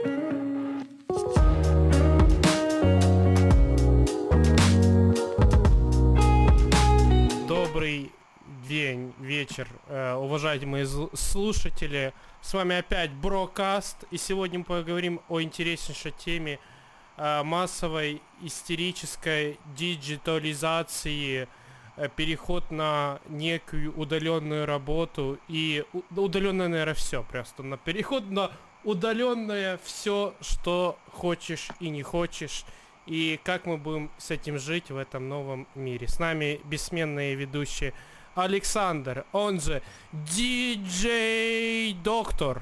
Добрый день, вечер, уважаемые слушатели. С вами опять Брокаст, и сегодня мы поговорим о интереснейшей теме массовой истерической диджитализации, переход на некую удаленную работу и удаленное, наверное, все просто на переход на удаленное все, что хочешь и не хочешь. И как мы будем с этим жить в этом новом мире. С нами бессменные ведущие Александр, он же DJ Доктор.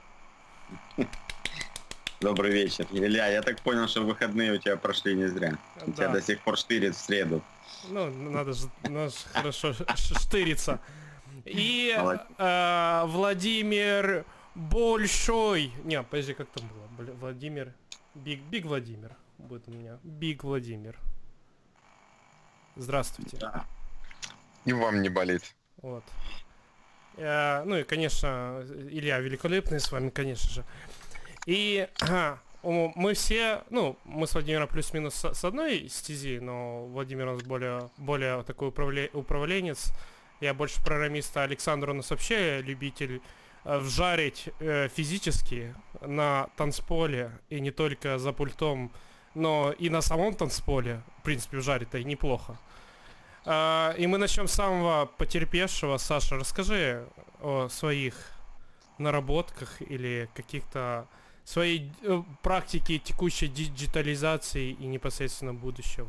Добрый вечер. Илья, я так понял, что выходные у тебя прошли не зря. Да. У тебя до сих пор штырит в среду. Ну, надо же хорошо штыриться. И Владимир Большой. Не, подожди, как там было? Владимир... Биг Владимир. Будет у меня. Биг Владимир. Здравствуйте. Да. И вам не болеть. Вот. Ну и, конечно, Илья Великолепный с вами, конечно же. И мы все, ну, мы с Владимиром плюс-минус с одной стези, но Владимир у нас более такой управленец. Я больше программист, а Александр у нас вообще любитель вжарить физически на танцполе, и не только за пультом, но и на самом танцполе, в принципе, вжарить-то и неплохо. И мы начнем с самого потерпевшего. Саша, расскажи о своих наработках или каких-то своей практике текущей диджитализации и непосредственно будущего.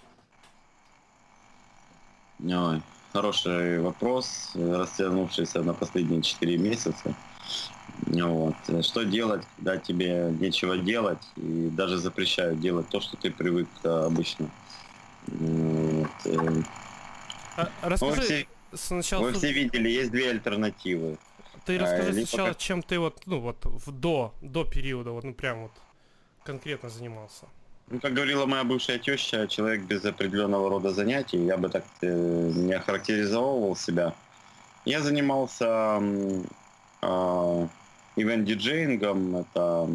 Ой, хороший вопрос, растянувшийся на последние 4 месяца. Вот. Что делать, когда тебе нечего делать, и даже запрещают делать то, что ты привык обычно. Вот. Расскажи сначала... Вы все видели, есть две альтернативы. Ты расскажи сначала, чем ты до периода, прям конкретно занимался. Ну, как говорила моя бывшая теща, человек без определенного рода занятий, я бы так не охарактеризовывал себя. Я занимался ивент-диджеингом, это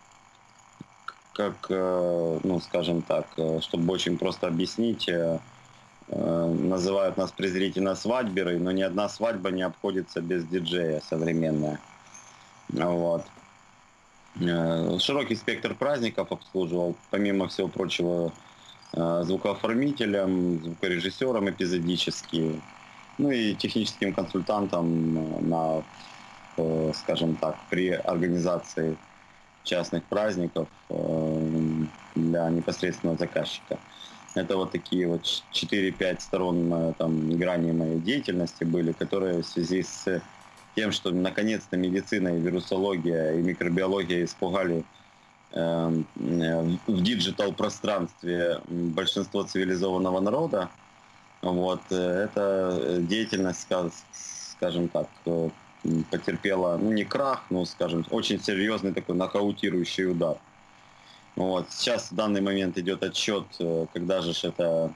как, скажем так, чтобы очень просто объяснить, называют нас презрительно свадьберы, но ни одна свадьба не обходится без диджея современная. Вот. Широкий спектр праздников обслуживал, помимо всего прочего, звукооформителем, звукорежиссером эпизодически, ну и техническим консультантом на, скажем так, при организации частных праздников для непосредственного заказчика. Это вот такие вот 4-5 сторон граней моей деятельности были, которые в связи с тем, что наконец-то медицина и вирусология и микробиология испугали в диджитал-пространстве большинство цивилизованного народа. Вот, эта деятельность, скажем так, потерпела, не крах, но, скажем, очень серьезный такой нокаутирующий удар. Вот. Сейчас в данный момент идет отсчет, когда же это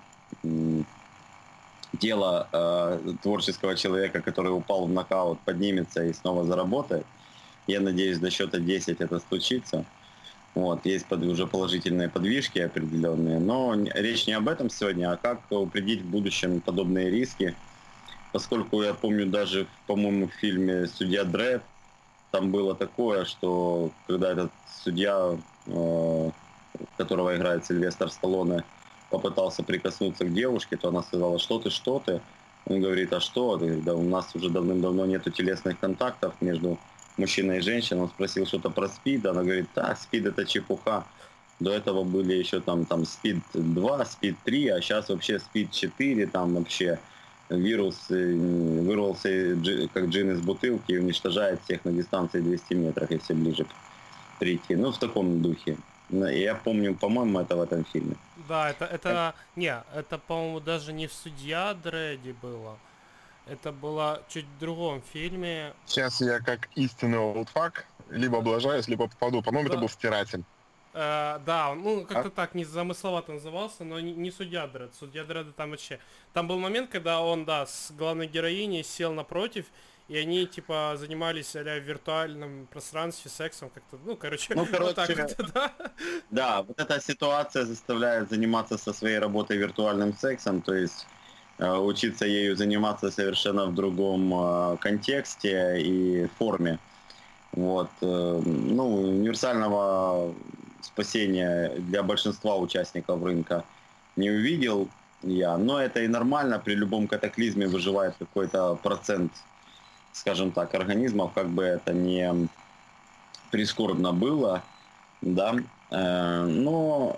дело творческого человека, который упал в нокаут, поднимется и снова заработает. Я надеюсь, до счета 10 это случится. Вот. Есть уже положительные подвижки определенные, но речь не об этом сегодня, а как упредить в будущем подобные риски. Поскольку я помню даже, по-моему, в фильме «Судья Дред», там было такое, что когда этот судья, которого играет Сильвестр Сталлоне, попытался прикоснуться к девушке, то она сказала: что ты? Он говорит: а что? Говорит: да у нас уже давным-давно нету телесных контактов между мужчиной и женщиной. Он спросил что-то про СПИД, она говорит: так, СПИД это чепуха. До этого были еще там СПИД 2, СПИД 3, а сейчас вообще СПИД 4, там вообще вирус вырвался как джин из бутылки и уничтожает всех на дистанции 200 метров, если ближе прийти. Ну, в таком духе. Я помню, по-моему, это в этом фильме. Да, это, по-моему, даже не в «Судья Дредди» было. Это было чуть в другом фильме. Сейчас я как истинный олдфак либо облажаюсь, либо попаду. По-моему, это был «Стиратель». Да, как-то так незамысловато назывался, но не «Судья Дред». «Судья Дредда» там вообще... Там был момент, когда он, с главной героиней сел напротив, и они, типа, занимались в виртуальном пространстве сексом как-то, ну, короче, Ну, вот так короче, вот, да. да, вот эта ситуация заставляет заниматься со своей работой виртуальным сексом, то есть учиться ею заниматься совершенно в другом контексте и форме. Вот. Ну, универсального спасения для большинства участников рынка не увидел я, но это и нормально, при любом катаклизме выживает какой-то процент, скажем так, организмов, как бы это ни прискорбно было, да, но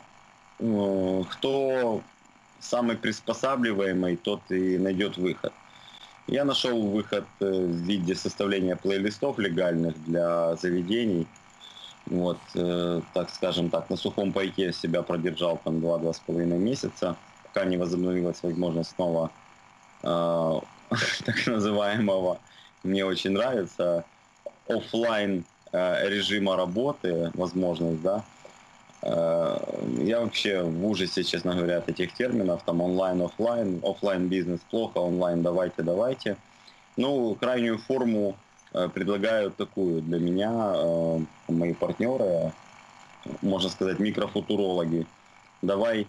кто самый приспосабливаемый, тот и найдет выход. Я нашел выход в виде составления плейлистов легальных для заведений. Вот, так скажем так, на сухом пайке себя продержал там 2-2,5 месяца, пока не возобновилась возможность снова так называемого, мне очень нравится, оффлайн режима работы, возможность, да. Я вообще в ужасе, честно говоря, от этих терминов, там онлайн, оффлайн бизнес плохо, онлайн давайте. Ну, крайнюю форму предлагают такую для меня, мои партнеры, можно сказать, микрофутурологи. Давай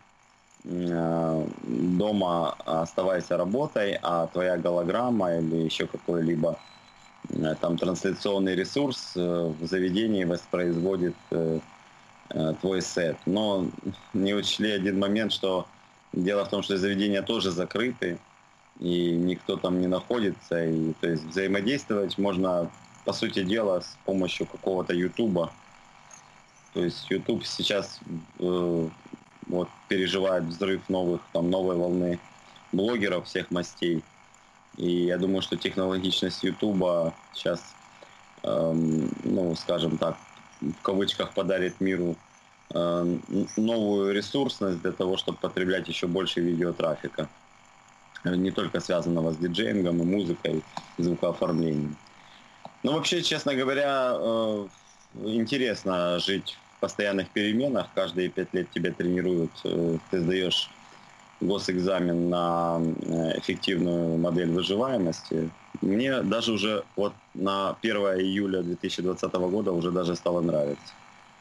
дома оставайся работой, а твоя голограмма или еще какой-либо там трансляционный ресурс в заведении воспроизводит твой сет. Но не учли один момент, что дело в том, что заведения тоже закрыты, и никто там не находится. И, то есть взаимодействовать можно, по сути дела, с помощью какого-то Ютуба. То есть YouTube сейчас вот, переживает взрыв новой волны блогеров всех мастей. И я думаю, что технологичность Ютуба сейчас, ну, скажем так, в кавычках подарит миру новую ресурсность для того, чтобы потреблять еще больше видеотрафика. Не только связанного с диджеингом и музыкой, и звукооформлением. Но вообще, честно говоря, интересно жить в постоянных переменах. Каждые 5 лет тебя тренируют, ты сдаешь госэкзамен на эффективную модель выживаемости. Мне даже уже вот на 1 июля 2020 года уже даже стало нравиться.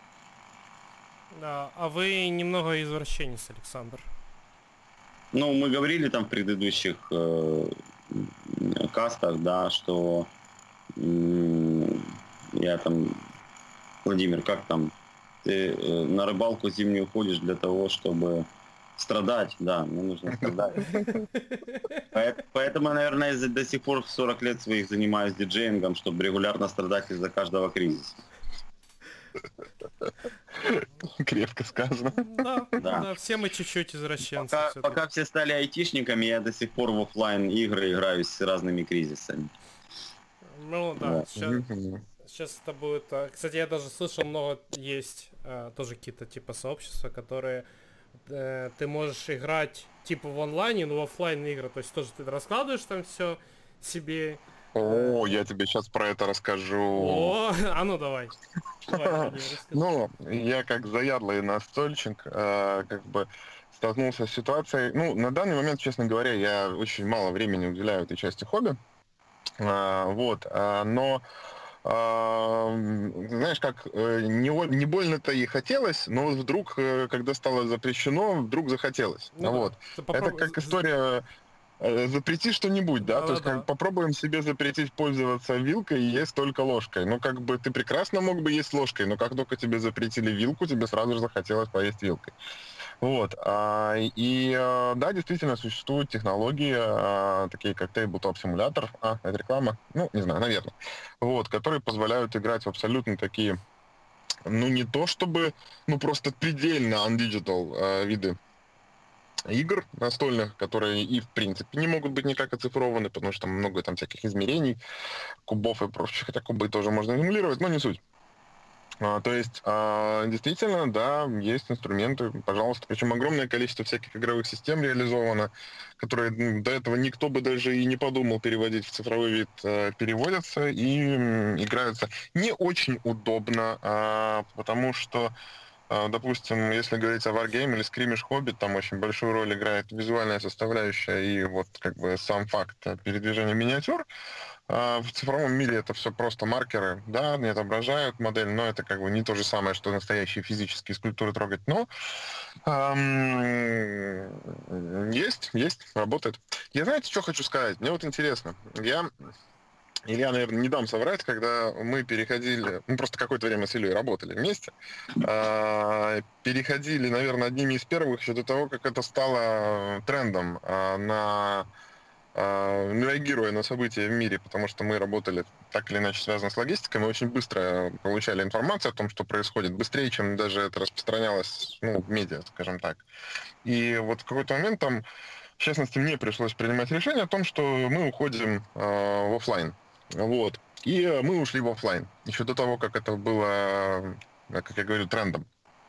Да, а вы немного извращенец, Александр. Ну, мы говорили там в предыдущих кастах, да, что я там, Владимир, как там, ты на рыбалку зимнюю ходишь для того, чтобы страдать, да, мне нужно страдать. Поэтому, наверное, я до сих пор в 40 лет своих занимаюсь диджеингом, чтобы регулярно страдать из-за каждого кризиса. Крепко сказано. Да, все мы чуть-чуть извращенцы. Пока все стали айтишниками, я до сих пор в оффлайн игры играю с разными кризисами. Ну да, сейчас это будет... Кстати, я даже слышал, много есть тоже какие-то типа сообщества, которые ты можешь играть типа в онлайне, но в оффлайн игры. То есть тоже ты раскладываешь там все себе. О, я тебе сейчас про это расскажу. О, а ну давай. Ну, я как заядлый настольщик, как бы столкнулся с ситуацией. Ну, на данный момент, честно говоря, я очень мало времени уделяю этой части хобби. Вот, но знаешь, как не больно-то и хотелось, но вот вдруг, когда стало запрещено, вдруг захотелось. Ну, вот. Это как история запрети что-нибудь, да? То есть как попробуем себе запретить пользоваться вилкой и есть только ложкой. Ну, как бы ты прекрасно мог бы есть ложкой, но как только тебе запретили вилку, тебе сразу же захотелось поесть вилкой. Вот. Да, действительно, существуют технологии, такие как Tabletop Simulator. Это реклама? Ну, не знаю, наверное. Вот, которые позволяют играть в абсолютно такие, ну, не то чтобы, ну, просто предельно undigital виды игр настольных, которые и, в принципе, не могут быть никак оцифрованы, потому что там много там всяких измерений, кубов и прочих, хотя кубы тоже можно эмулировать, но не суть. То есть, действительно, да, есть инструменты, пожалуйста, причем огромное количество всяких игровых систем реализовано, которые до этого никто бы даже и не подумал переводить в цифровой вид, переводятся и играются не очень удобно, потому что Допустим, если говорить о Wargame или Skirmish Hobby, там очень большую роль играет визуальная составляющая и вот как бы сам факт передвижения миниатюр. В цифровом мире это все просто маркеры, да, они отображают модель, но это как бы не то же самое, что настоящие физические скульптуры трогать, но есть, работает. Я, знаете, что хочу сказать? Мне вот интересно, Илья, наверное, не дам соврать, когда мы переходили, просто какое-то время с Ильей работали вместе, переходили, наверное, одними из первых еще до того, как это стало трендом реагируя на события в мире, потому что мы работали так или иначе связано с логистикой, мы очень быстро получали информацию о том, что происходит, быстрее, чем даже это распространялось в медиа, скажем так. И вот в какой-то момент там, в частности, мне пришлось принимать решение о том, что мы уходим в офлайн. Вот. И мы ушли в офлайн. Еще до того, как это было, как я говорю, трендом.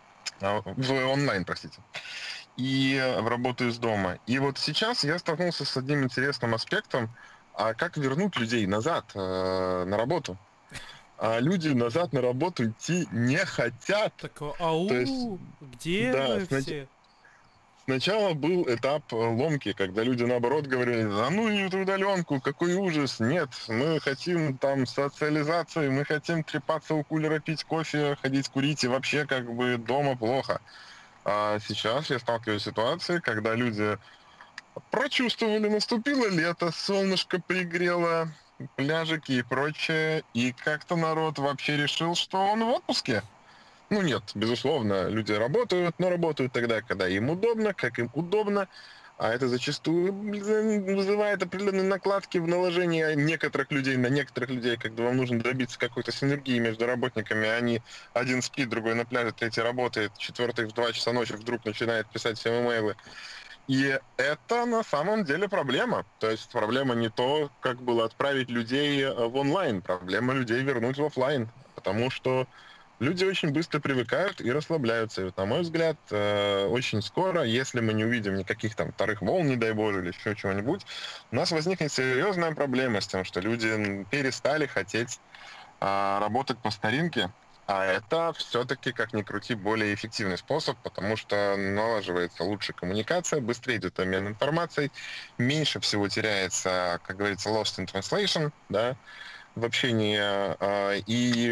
В онлайн, простите. И работаю из дома. И вот сейчас я столкнулся с одним интересным аспектом, а как вернуть людей назад на работу? А люди назад на работу идти не хотят. Так, то есть, где вы все? Сначала был этап ломки, когда люди, наоборот, говорили, да ну не в удаленку, какой ужас, нет, мы хотим там социализации, мы хотим трепаться у кулера, пить кофе, ходить курить, и вообще как бы дома плохо. А сейчас я сталкиваюсь с ситуацией, когда люди прочувствовали, наступило лето, солнышко пригрело, пляжики и прочее, и как-то народ вообще решил, что он в отпуске. Ну нет, безусловно, люди работают, но работают тогда, когда им удобно, как им удобно, а это зачастую вызывает определенные накладки в наложении некоторых людей на некоторых людей, когда вам нужно добиться какой-то синергии между работниками, они один спит, другой на пляже, третий работает, четвертый в 2 часа ночи вдруг начинает писать всем имейлы. И это на самом деле проблема. То есть проблема не то, как было отправить людей в онлайн, проблема людей вернуть в офлайн, потому что люди очень быстро привыкают и расслабляются. И вот, на мой взгляд, очень скоро, если мы не увидим никаких там вторых волн, не дай боже, или еще чего-нибудь, у нас возникнет серьезная проблема с тем, что люди перестали хотеть работать по старинке. А это все-таки, как ни крути, более эффективный способ, потому что налаживается лучше коммуникация, быстрее идет обмен информацией, меньше всего теряется, как говорится, lost in translation, да, в общении, и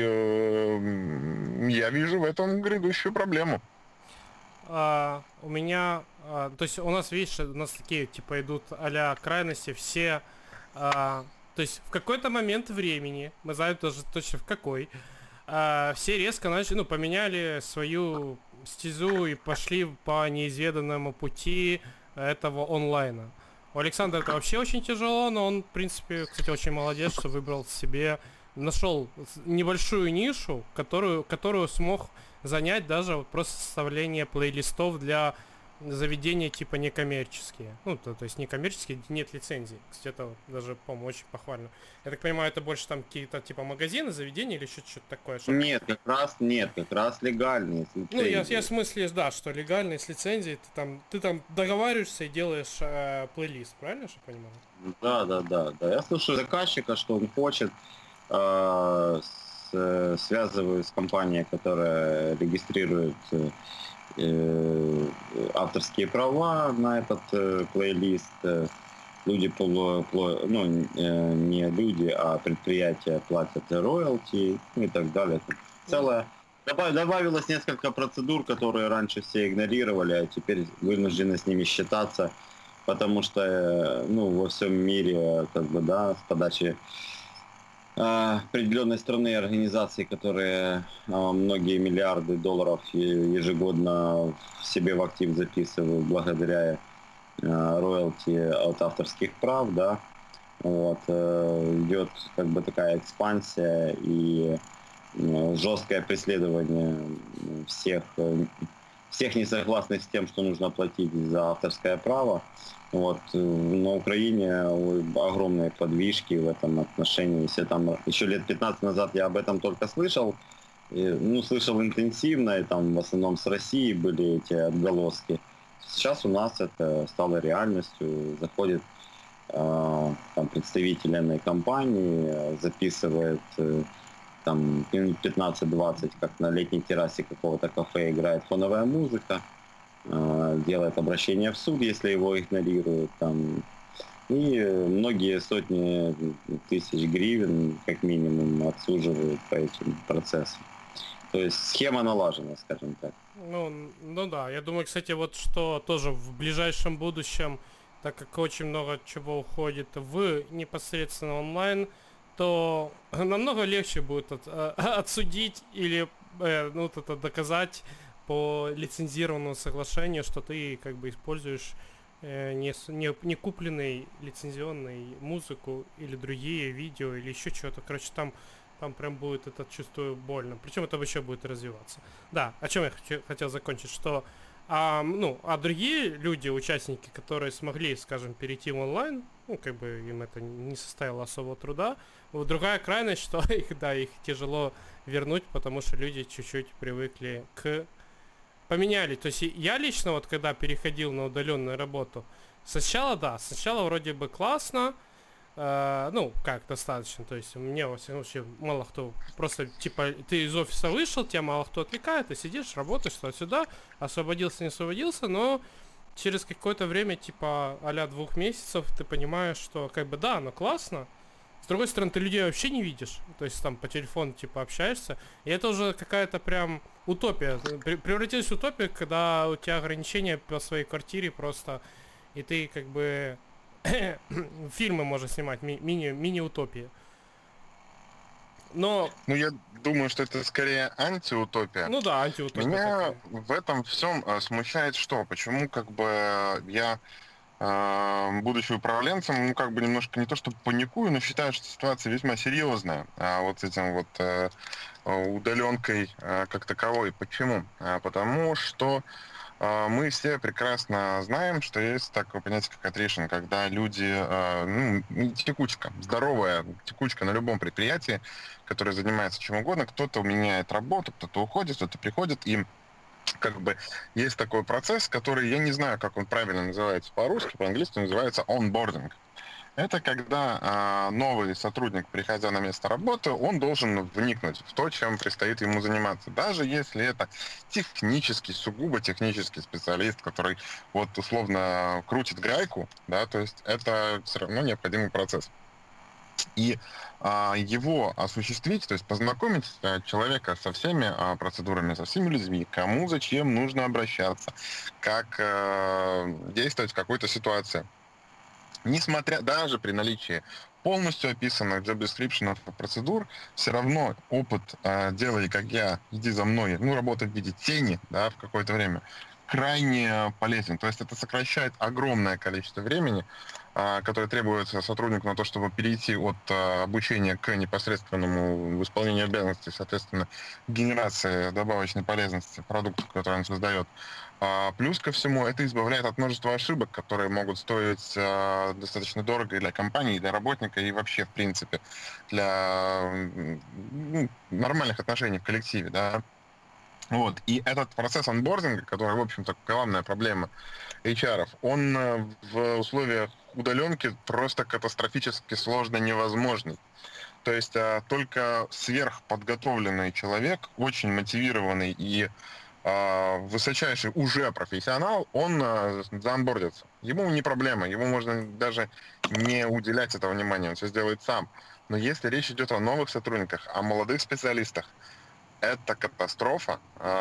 я вижу в этом грядущую проблему. У меня, то есть у нас, видишь, у нас такие, типа, идут а-ля крайности, все, то есть в какой-то момент времени, мы знаем тоже точно в какой, все резко начали, поменяли свою стезю и пошли по неизведанному пути этого онлайна. У Александра это вообще очень тяжело, но он, в принципе, кстати, очень молодец, что выбрал себе, нашел небольшую нишу, которую смог занять даже вот просто составление плейлистов для заведения типа некоммерческие. То есть некоммерческие, нет лицензий. Кстати, это даже, по-моему, очень похвально. Я так понимаю, это больше там какие-то типа магазины, заведения или что-то такое? Что... Нет, как раз легальные. Я в смысле, да, что легальные с лицензией, ты там договариваешься и делаешь плейлист, правильно же понимаю? Да. Я слушаю заказчика, что он хочет, связываю с компанией, которая регистрирует авторские права на этот плейлист. Люди, не люди, а предприятия платят роялти и так далее. Целое. Добавилось несколько процедур, которые раньше все игнорировали, а теперь вынуждены с ними считаться, потому что во всем мире с подачи определенной страны и организаций, которые многие миллиарды долларов ежегодно себе в актив записывают благодаря роялти от авторских прав, да, идет такая экспансия и жесткое преследование всех несогласных с тем, что нужно платить за авторское право. На Украине огромные подвижки в этом отношении. Если там еще лет 15 назад я об этом только слышал, слышал интенсивно, и там в основном с России были эти отголоски. Сейчас у нас это стало реальностью. Заходит представитель иной компании, записывает там минут 15-20, как на летней террасе какого-то кафе играет фоновая музыка, делает обращение в суд, если его игнорируют, там, и многие сотни тысяч гривен, как минимум, отсуживают по этим процессам. То есть схема налажена, скажем так. Ну да, я думаю, кстати, вот что тоже в ближайшем будущем, так как очень много чего уходит в непосредственно онлайн, то намного легче будет отсудить или ну, это доказать по лицензированному соглашению, что ты как бы используешь не купленный лицензионный музыку или другие видео или еще что-то. Короче, там прям будет это, чувствую, больно. Причем это еще будет развиваться. Да, о чем я хотел закончить, что а другие люди, участники, которые смогли, скажем, перейти в онлайн, ну, как бы им это не составило особого труда. Другая крайность, что их тяжело вернуть, потому что люди чуть-чуть привыкли поменяли. То есть я лично, вот когда переходил на удаленную работу, сначала вроде бы классно, ну, как достаточно, то есть мне, во всяком случае, мало кто, просто, типа, ты из офиса вышел, тебя мало кто отвлекает, ты сидишь, работаешь туда-сюда, освободился, не освободился, но через какое-то время, типа, а-ля 2 месяцев, ты понимаешь, что, как бы, да, оно классно, с другой стороны, ты людей вообще не видишь, то есть там по телефону, типа, общаешься, и это уже какая-то прям утопия, превратилась в утопию, когда у тебя ограничения по своей квартире просто, и ты, как бы, фильмы можно снимать, мини-утопии. Но... Ну, я думаю, что это скорее антиутопия. Ну да, антиутопия. Меня такая. в этом всем смущает что? Почему как бы я, будучи управленцем, ну, как бы немножко не то что паникую, но считаю, что ситуация весьма серьезная. Вот с этим вот удаленкой как таковой. Почему? Потому что мы все прекрасно знаем, что есть такое понятие, как attrition, когда люди, текучка, здоровая текучка на любом предприятии, которое занимается чем угодно, кто-то меняет работу, кто-то уходит, кто-то приходит, и как бы есть такой процесс, который, я не знаю, как он правильно называется по-русски, по-английски называется onboarding. Это когда новый сотрудник, приходя на место работы, он должен вникнуть в то, чем предстоит ему заниматься. Даже если это технический, сугубо технический специалист, который вот условно крутит гайку, да, то есть это все равно необходимый процесс. И его осуществить, то есть познакомить человека со всеми процедурами, со всеми людьми, кому зачем нужно обращаться, как действовать в какой-то ситуации. Несмотря даже при наличии полностью описанных job description процедур, все равно опыт «делай как я, иди за мной», ну, работа в виде тени, да, в какое-то время, крайне полезен. То есть это сокращает огромное количество времени, которое требуется сотруднику на то, чтобы перейти от обучения к непосредственному исполнению обязанностей, соответственно, генерации добавочной полезности продуктов, которые он создает. Плюс ко всему, это избавляет от множества ошибок, которые могут стоить достаточно дорого и для компании, и для работника, и вообще, в принципе, для нормальных отношений в коллективе, да. Вот. И этот процесс онбординга, который, в общем-то, главная проблема HR, он в условиях удаленки просто катастрофически сложно невозможный. То есть только сверхподготовленный человек, очень мотивированный и высочайший уже профессионал, он заонбордится. Ему не проблема, ему можно даже не уделять этого внимания, он все сделает сам. Но если речь идет о новых сотрудниках, о молодых специалистах, это катастрофа.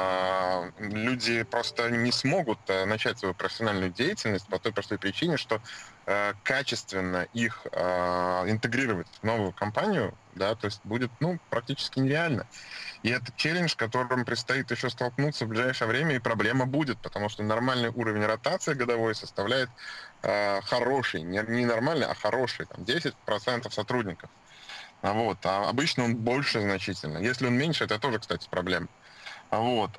Люди просто не смогут начать свою профессиональную деятельность по той простой причине, что качественно их интегрировать в новую компанию, да, то есть будет, практически нереально. И это челлендж, с которым предстоит еще столкнуться в ближайшее время, и проблема будет, потому что нормальный уровень ротации годовой составляет хороший, не нормальный, а хороший, там, 10% сотрудников. Вот. А обычно он больше значительно. Если он меньше, это тоже, кстати, проблема. Вот.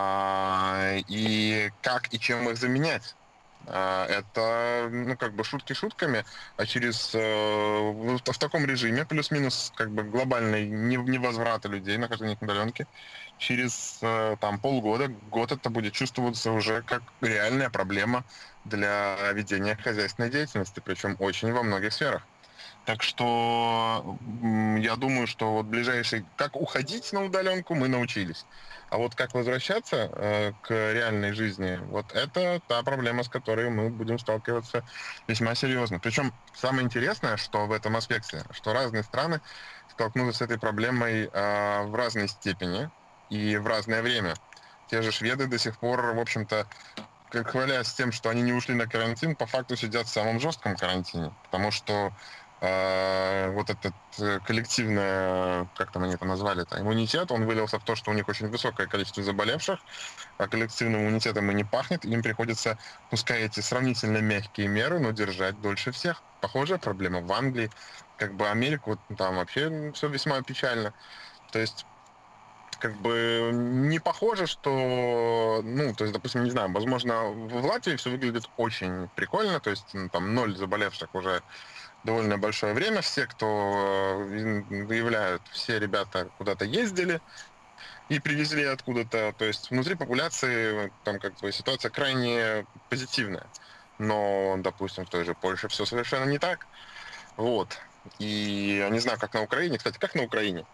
И как и чем их заменять? Это, шутки шутками, а в таком режиме, плюс-минус, глобальный невозврата людей, нахождения на удаленке, через полгода, год это будет чувствоваться уже как реальная проблема для ведения хозяйственной деятельности, причем очень во многих сферах. Так что я думаю, что вот ближайший... Как уходить на удаленку, мы научились. А вот как возвращаться к реальной жизни, вот это та проблема, с которой мы будем сталкиваться весьма серьезно. Причем самое интересное, что в этом аспекте, что разные страны столкнулись с этой проблемой в разной степени и в разное время. Те же шведы до сих пор, в общем-то, как хвалясь тем, что они не ушли на карантин, по факту сидят в самом жестком карантине, потому что вот этот коллективный, как там они это назвали-то, иммунитет, он вылился в то, что у них очень высокое количество заболевших, а коллективным иммунитетом и не пахнет, им приходится, пускай эти сравнительно мягкие меры, но держать дольше всех. Похожая проблема в Англии, как бы Америка, вот там вообще все весьма печально. То есть как бы не похоже, что, ну, то есть, допустим, не знаю, возможно, в Латвии все выглядит очень прикольно, то есть там 0 заболевших уже довольно большое время. Все, кто выявляют, все ребята куда-то ездили и привезли откуда-то. То есть внутри популяции там как бы ситуация крайне позитивная. Но, допустим, в той же Польше все совершенно не так. Вот. И я не знаю, как на Украине. Кстати, как на Украине?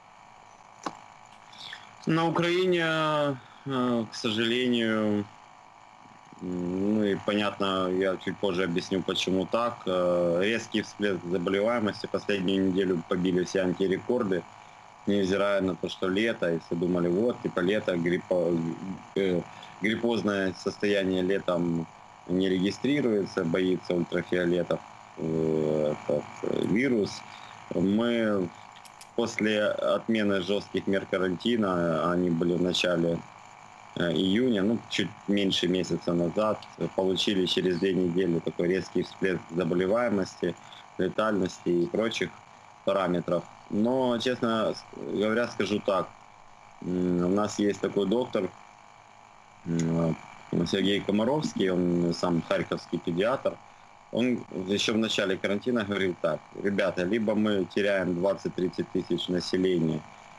На Украине, к сожалению, ну и понятно, я чуть позже объясню, почему так. Резкий всплеск заболеваемости. Последнюю неделю побили все антирекорды, невзирая на то, что лето, и все думали, вот, типа лето, гриппозное состояние летом не регистрируется, боится ультрафиолетов этот вирус. Мы после отмены жестких мер карантина, они были в начале июня, ну, чуть меньше месяца назад, получили через 2 недели такой резкий всплеск заболеваемости, летальности и прочих параметров. Но, честно говоря, скажу так, у нас есть такой доктор Сергей Комаровский, он сам харьковский педиатр. Он еще в начале карантина говорил так: ребята, либо мы теряем 20-30 тысяч населения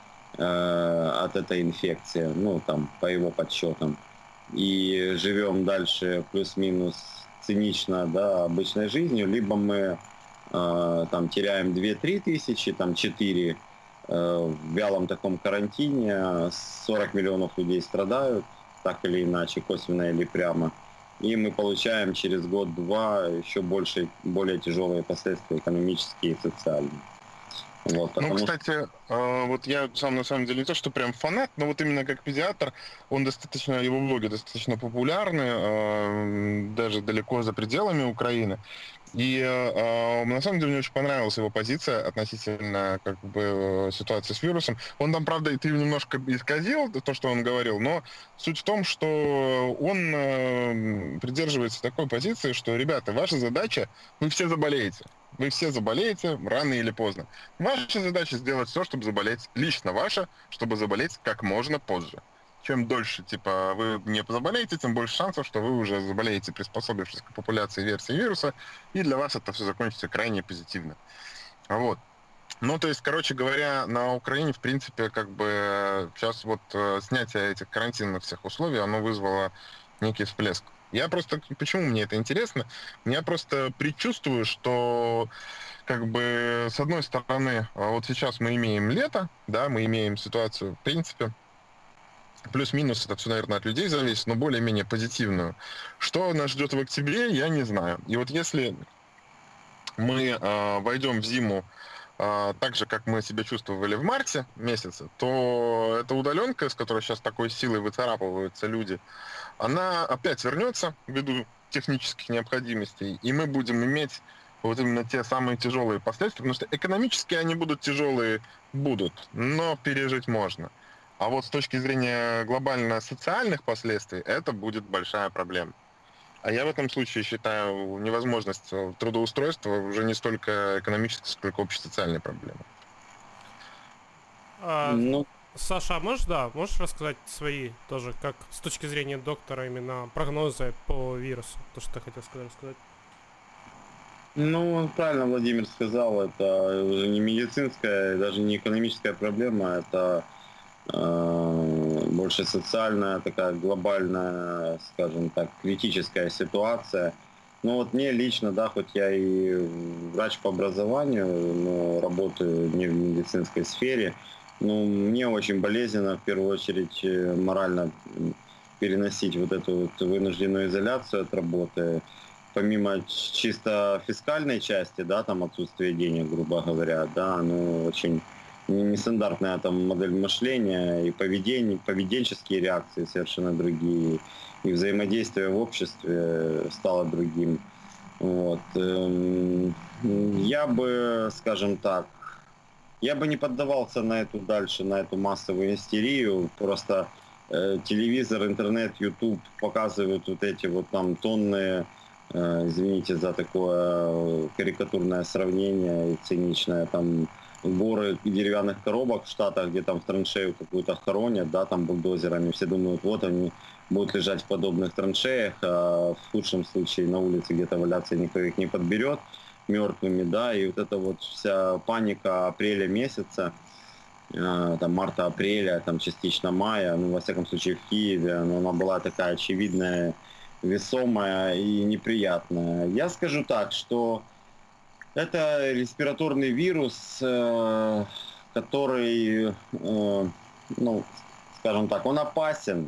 от этой инфекции, ну, там, по его подсчетам, и живем дальше плюс-минус цинично, да, обычной жизнью, либо мы там теряем 2-3 тысячи, там 4 в вялом таком карантине, 40 миллионов людей страдают, так или иначе, косвенно или прямо, и мы получаем через год-два еще больше, более тяжелые последствия экономические и социальные. Вот, ну, кстати, вот я сам на самом деле не то, что прям фанат, но вот именно как педиатр, он достаточно, его блоги достаточно популярны, даже далеко за пределами Украины. И на самом деле мне очень понравилась его позиция относительно как бы ситуации с вирусом. Он там, правда, ты немножко исказил то, что он говорил, но суть в том, что он придерживается такой позиции, что, ребята, ваша задача, вы все заболеете. Вы все заболеете рано или поздно. Ваша задача сделать все, чтобы заболеть. Лично ваша, чтобы заболеть как можно позже. Чем дольше, типа, вы не заболеете, тем больше шансов, что вы уже заболеете, приспособившись к популяции версии вируса, и для вас это все закончится крайне позитивно. Вот. Ну, то есть, короче говоря, на Украине, в принципе, как бы сейчас вот снятие этих карантинных всех условий, оно вызвало некий всплеск. Я просто, почему мне это интересно? Я просто предчувствую, что как бы с одной стороны, вот сейчас мы имеем лето, да, мы имеем ситуацию, в принципе, плюс-минус, это все, наверное, от людей зависит, но более-менее позитивную. Что нас ждет в октябре, я не знаю. И вот если мы войдем в зиму так же, как мы себя чувствовали в марте месяце, то эта удаленка, с которой сейчас такой силой выцарапываются люди, она опять вернется ввиду технических необходимостей, и мы будем иметь вот именно те самые тяжелые последствия, потому что экономически они будут тяжелые, но пережить можно. А вот с точки зрения глобально-социальных последствий, это будет большая проблема. А я в этом случае считаю невозможность трудоустройства уже не столько экономической, сколько общесоциальной проблемой. Саша, можешь рассказать свои тоже, как с точки зрения доктора, именно прогнозы по вирусу, то, что ты хотел сказать? Ну, правильно Владимир сказал, это уже не медицинская, даже не экономическая проблема, это больше социальная, такая глобальная, скажем так, критическая ситуация. Ну вот мне лично, да, хоть я и врач по образованию, но работаю не в медицинской сфере, но мне очень болезненно, в первую очередь, морально переносить вот эту вот вынужденную изоляцию от работы. Помимо чисто фискальной части, да, там отсутствие денег, грубо говоря, да, ну очень нестандартная там модель мышления и поведенческие реакции совершенно другие, и взаимодействие в обществе стало другим. Вот. Я бы, скажем так, я бы не поддавался на эту дальше, на эту массовую истерию. Просто телевизор, интернет, YouTube показывают вот эти вот там тонны, извините за такое карикатурное сравнение и циничное, там горы деревянных коробок в Штатах, где там в траншею какую-то хоронят, да, там бульдозерами. Все думают, вот они будут лежать в подобных траншеях, а в худшем случае на улице где-то валяться, никто их не подберет мертвыми, да, и вот эта вот вся паника апреля месяца, там марта-апреля, там частично мая, ну, во всяком случае в Киеве, она была такая очевидная, весомая и неприятная. Я скажу так, что это респираторный вирус, который, ну, скажем так, он опасен,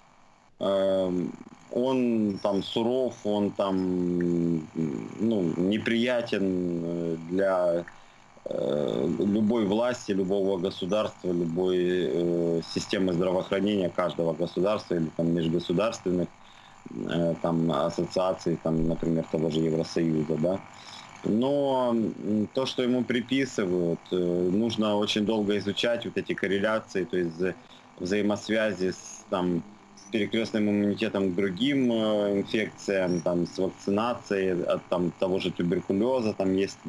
он там суров, он там, ну, неприятен для любой власти, любого государства, любой системы здравоохранения каждого государства или там межгосударственных там ассоциаций, там, например, того же Евросоюза, да. Но то, что ему приписывают, нужно очень долго изучать вот эти корреляции, то есть взаимосвязи с, там, с перекрестным иммунитетом к другим инфекциям, там, с вакцинацией от там, того же туберкулеза, там есть,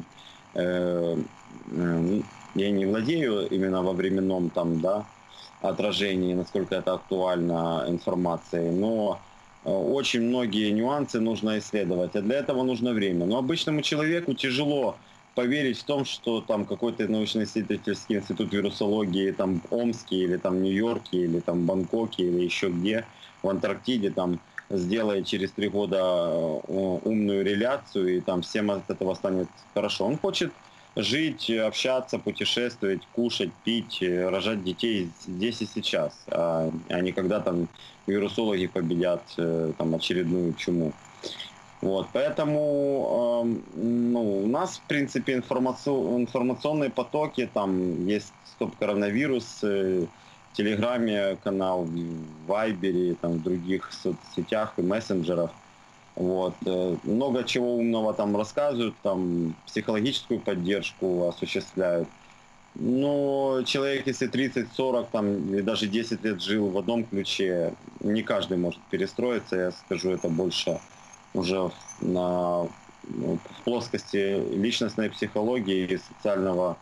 я не владею именно во временном там, да, отражении, насколько это актуально информации, но очень многие нюансы нужно исследовать, а для этого нужно время. Но обычному человеку тяжело поверить в том, что там какой-то научно-исследовательский институт вирусологии там в Омске или там в Нью-Йорке или там в Бангкоке или еще где, в Антарктиде там сделает через 3 года умную реляцию и там всем от этого станет хорошо. Он хочет жить, общаться, путешествовать, кушать, пить, рожать детей здесь и сейчас, а не когда там вирусологи победят там очередную чуму. Вот, поэтому ну, у нас, в принципе, информационные потоки, там есть стоп-коронавирус, в Телеграме канал, в Вайбере, там, в других соцсетях и мессенджерах. Вот. Много чего умного там рассказывают, там психологическую поддержку осуществляют. Но человек, если 30-40 там, или даже 10 лет жил в одном ключе, не каждый может перестроиться, я скажу, это больше уже в плоскости личностной психологии и социального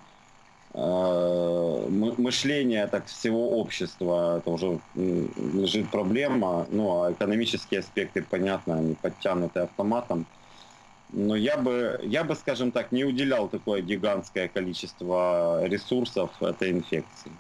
мышления так, всего общества. Это уже лежит проблема. Ну, а экономические аспекты, понятно, они подтянуты автоматом. Но я бы, скажем так, не уделял такое гигантское количество ресурсов этой инфекции.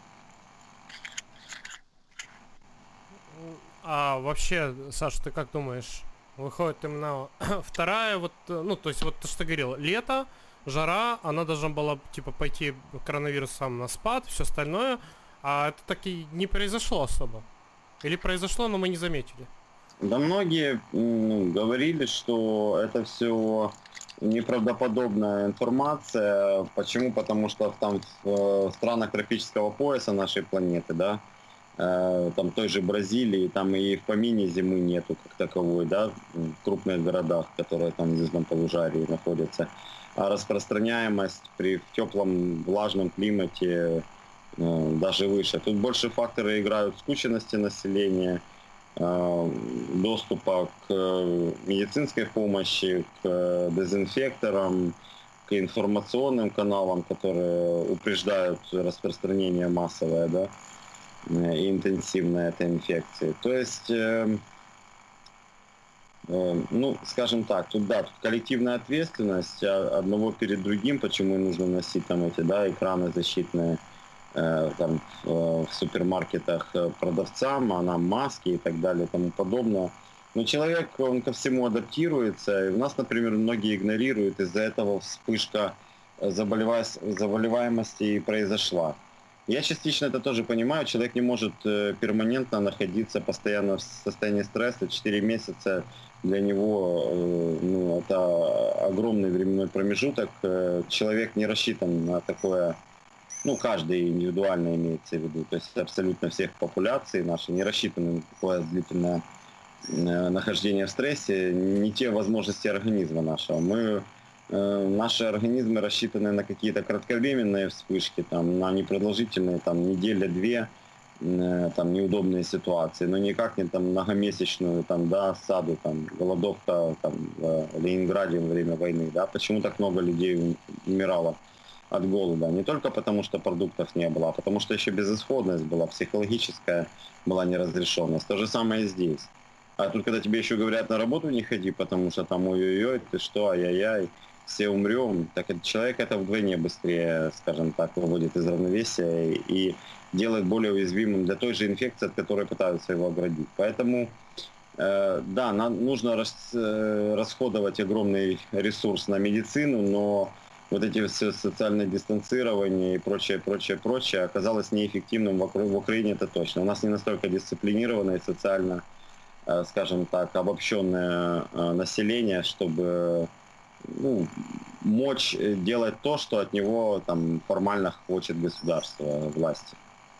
А вообще, Саша, ты как думаешь, выходит именно вторая, вот, ну, то есть вот то, что ты говорил, лето, жара, она должна была, типа, пойти коронавирусом на спад, все остальное, а это так и не произошло особо? Или произошло, но мы не заметили? Да многие говорили, что это все неправдоподобная информация. Почему? Потому что там в странах тропического пояса нашей планеты, да, там той же Бразилии, там и в помине зимы нету как таковой, да, в крупных городах, которые там в Южном полушарии находятся. А распространяемость в теплом влажном климате даже выше. Тут больше факторы играют скученности населения, доступа к медицинской помощи, к дезинфекторам, к информационным каналам, которые упреждают распространение массовое, да, и интенсивное этой инфекции. То есть, ну, скажем так, тут коллективная ответственность одного перед другим, почему нужно носить там эти, да, экраны защитные, там, в супермаркетах продавцам, а нам маски и так далее и тому подобное. Но человек, он ко всему адаптируется. И у нас, например, многие игнорируют, из-за этого вспышка заболеваемости произошла. Я частично это тоже понимаю. Человек не может перманентно находиться постоянно в состоянии стресса. 4 месяца для него это огромный временной промежуток. Человек не рассчитан на такое, каждый индивидуально имеется в виду. То есть абсолютно всех популяций наши не рассчитаны на такое длительное нахождение в стрессе, не те возможности организма нашего. Наши организмы рассчитаны на какие-то кратковременные вспышки, на непродолжительные, неделя-две, неудобные ситуации, но никак не многомесячную, осаду, голодовка в Ленинграде во время войны. Да? Почему так много людей умирало от голода? Не только потому, что продуктов не было, а потому что еще безысходность была, психологическая была неразрешенность. То же самое и здесь. А тут, когда тебе еще говорят, на работу не ходи, потому что ой-ой-ой, ты что, ай-яй-яй, все умрем, так человек это вдвойне быстрее, скажем так, выводит из равновесия и делает более уязвимым для той же инфекции, от которой пытаются его оградить. Поэтому, да, нужно расходовать огромный ресурс на медицину, но вот эти все социальное дистанцирование и прочее оказалось неэффективным в Украине, это точно. У нас не настолько дисциплинированное и социально, скажем так, обобщенное население, чтобы мочь делать то, что от него формально хочет государство, власти.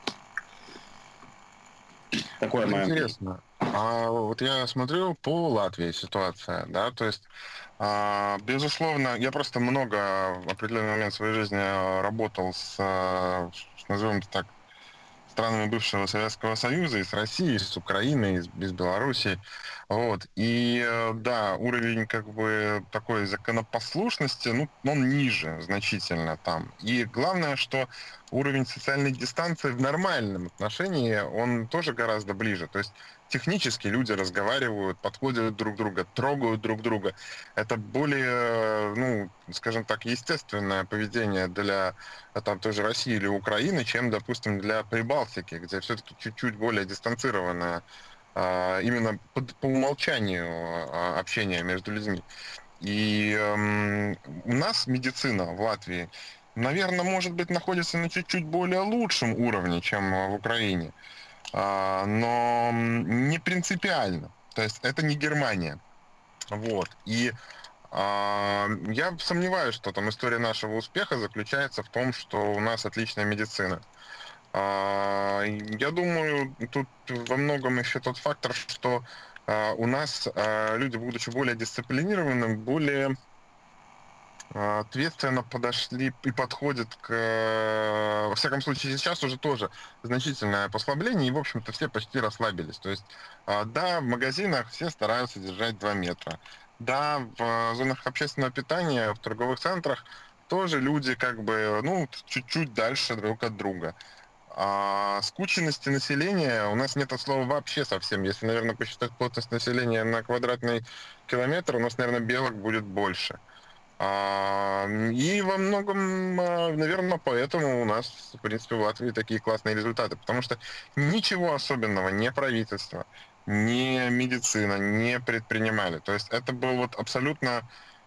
Такое мое интересно. А вот я смотрю по Латвии ситуация, да, то есть, безусловно, я просто много в определенный момент своей жизни работал с, назовем это так, странами бывшего Советского Союза, и с Россией, и с Украиной, и с Белоруссией. Вот. И да, уровень такой законопослушности, он ниже значительно там. И главное, что уровень социальной дистанции в нормальном отношении, он тоже гораздо ближе. То есть технически люди разговаривают, подходят друг друга, трогают друг друга. Это более, скажем так, естественное поведение для той же России или Украины, чем, допустим, для Прибалтики, где все-таки чуть-чуть более дистанцированное именно по умолчанию общение между людьми. И у нас медицина в Латвии, наверное, может быть, находится на чуть-чуть более лучшем уровне, чем в Украине, но не принципиально. То есть это не Германия. Вот. И я сомневаюсь, что история нашего успеха заключается в том, что у нас отличная медицина. Я думаю, тут во многом еще тот фактор, что у нас люди, будучи более дисциплинированными, более ответственно подошли и подходят во всяком случае, сейчас уже тоже значительное послабление, и, в общем-то, все почти расслабились. То есть, да, в магазинах все стараются держать 2 метра. Да, в зонах общественного питания, в торговых центрах тоже люди чуть-чуть дальше друг от друга. А скученности населения у нас нет от слова вообще совсем. Если, наверное, посчитать плотность населения на квадратный километр, у нас, наверное, белок будет больше. И во многом, наверное, поэтому у нас, в принципе, в Латвии такие классные результаты. Потому что ничего особенного ни правительство, ни медицина не предпринимали. То есть это был абсолютно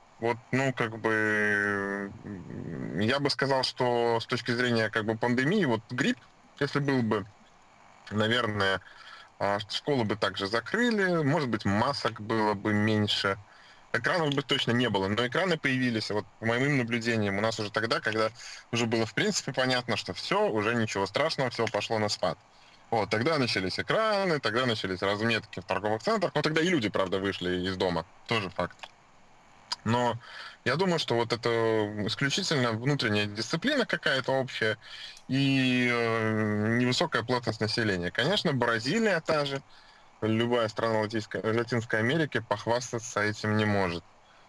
я бы сказал, что с точки зрения пандемии, грипп, если был бы, наверное, школы бы также закрыли, может быть, масок было бы меньше, экранов бы точно не было, но экраны появились, по моим наблюдениям, у нас уже тогда, когда уже было в принципе понятно, что все, уже ничего страшного, все пошло на спад. Тогда начались экраны, тогда начались разметки в торговых центрах, но тогда и люди, правда, вышли из дома, тоже факт. Но я думаю, что это исключительно внутренняя дисциплина какая-то общая и невысокая плотность населения. Конечно, Бразилия та же, любая страна Латинской Америки похвастаться этим не может.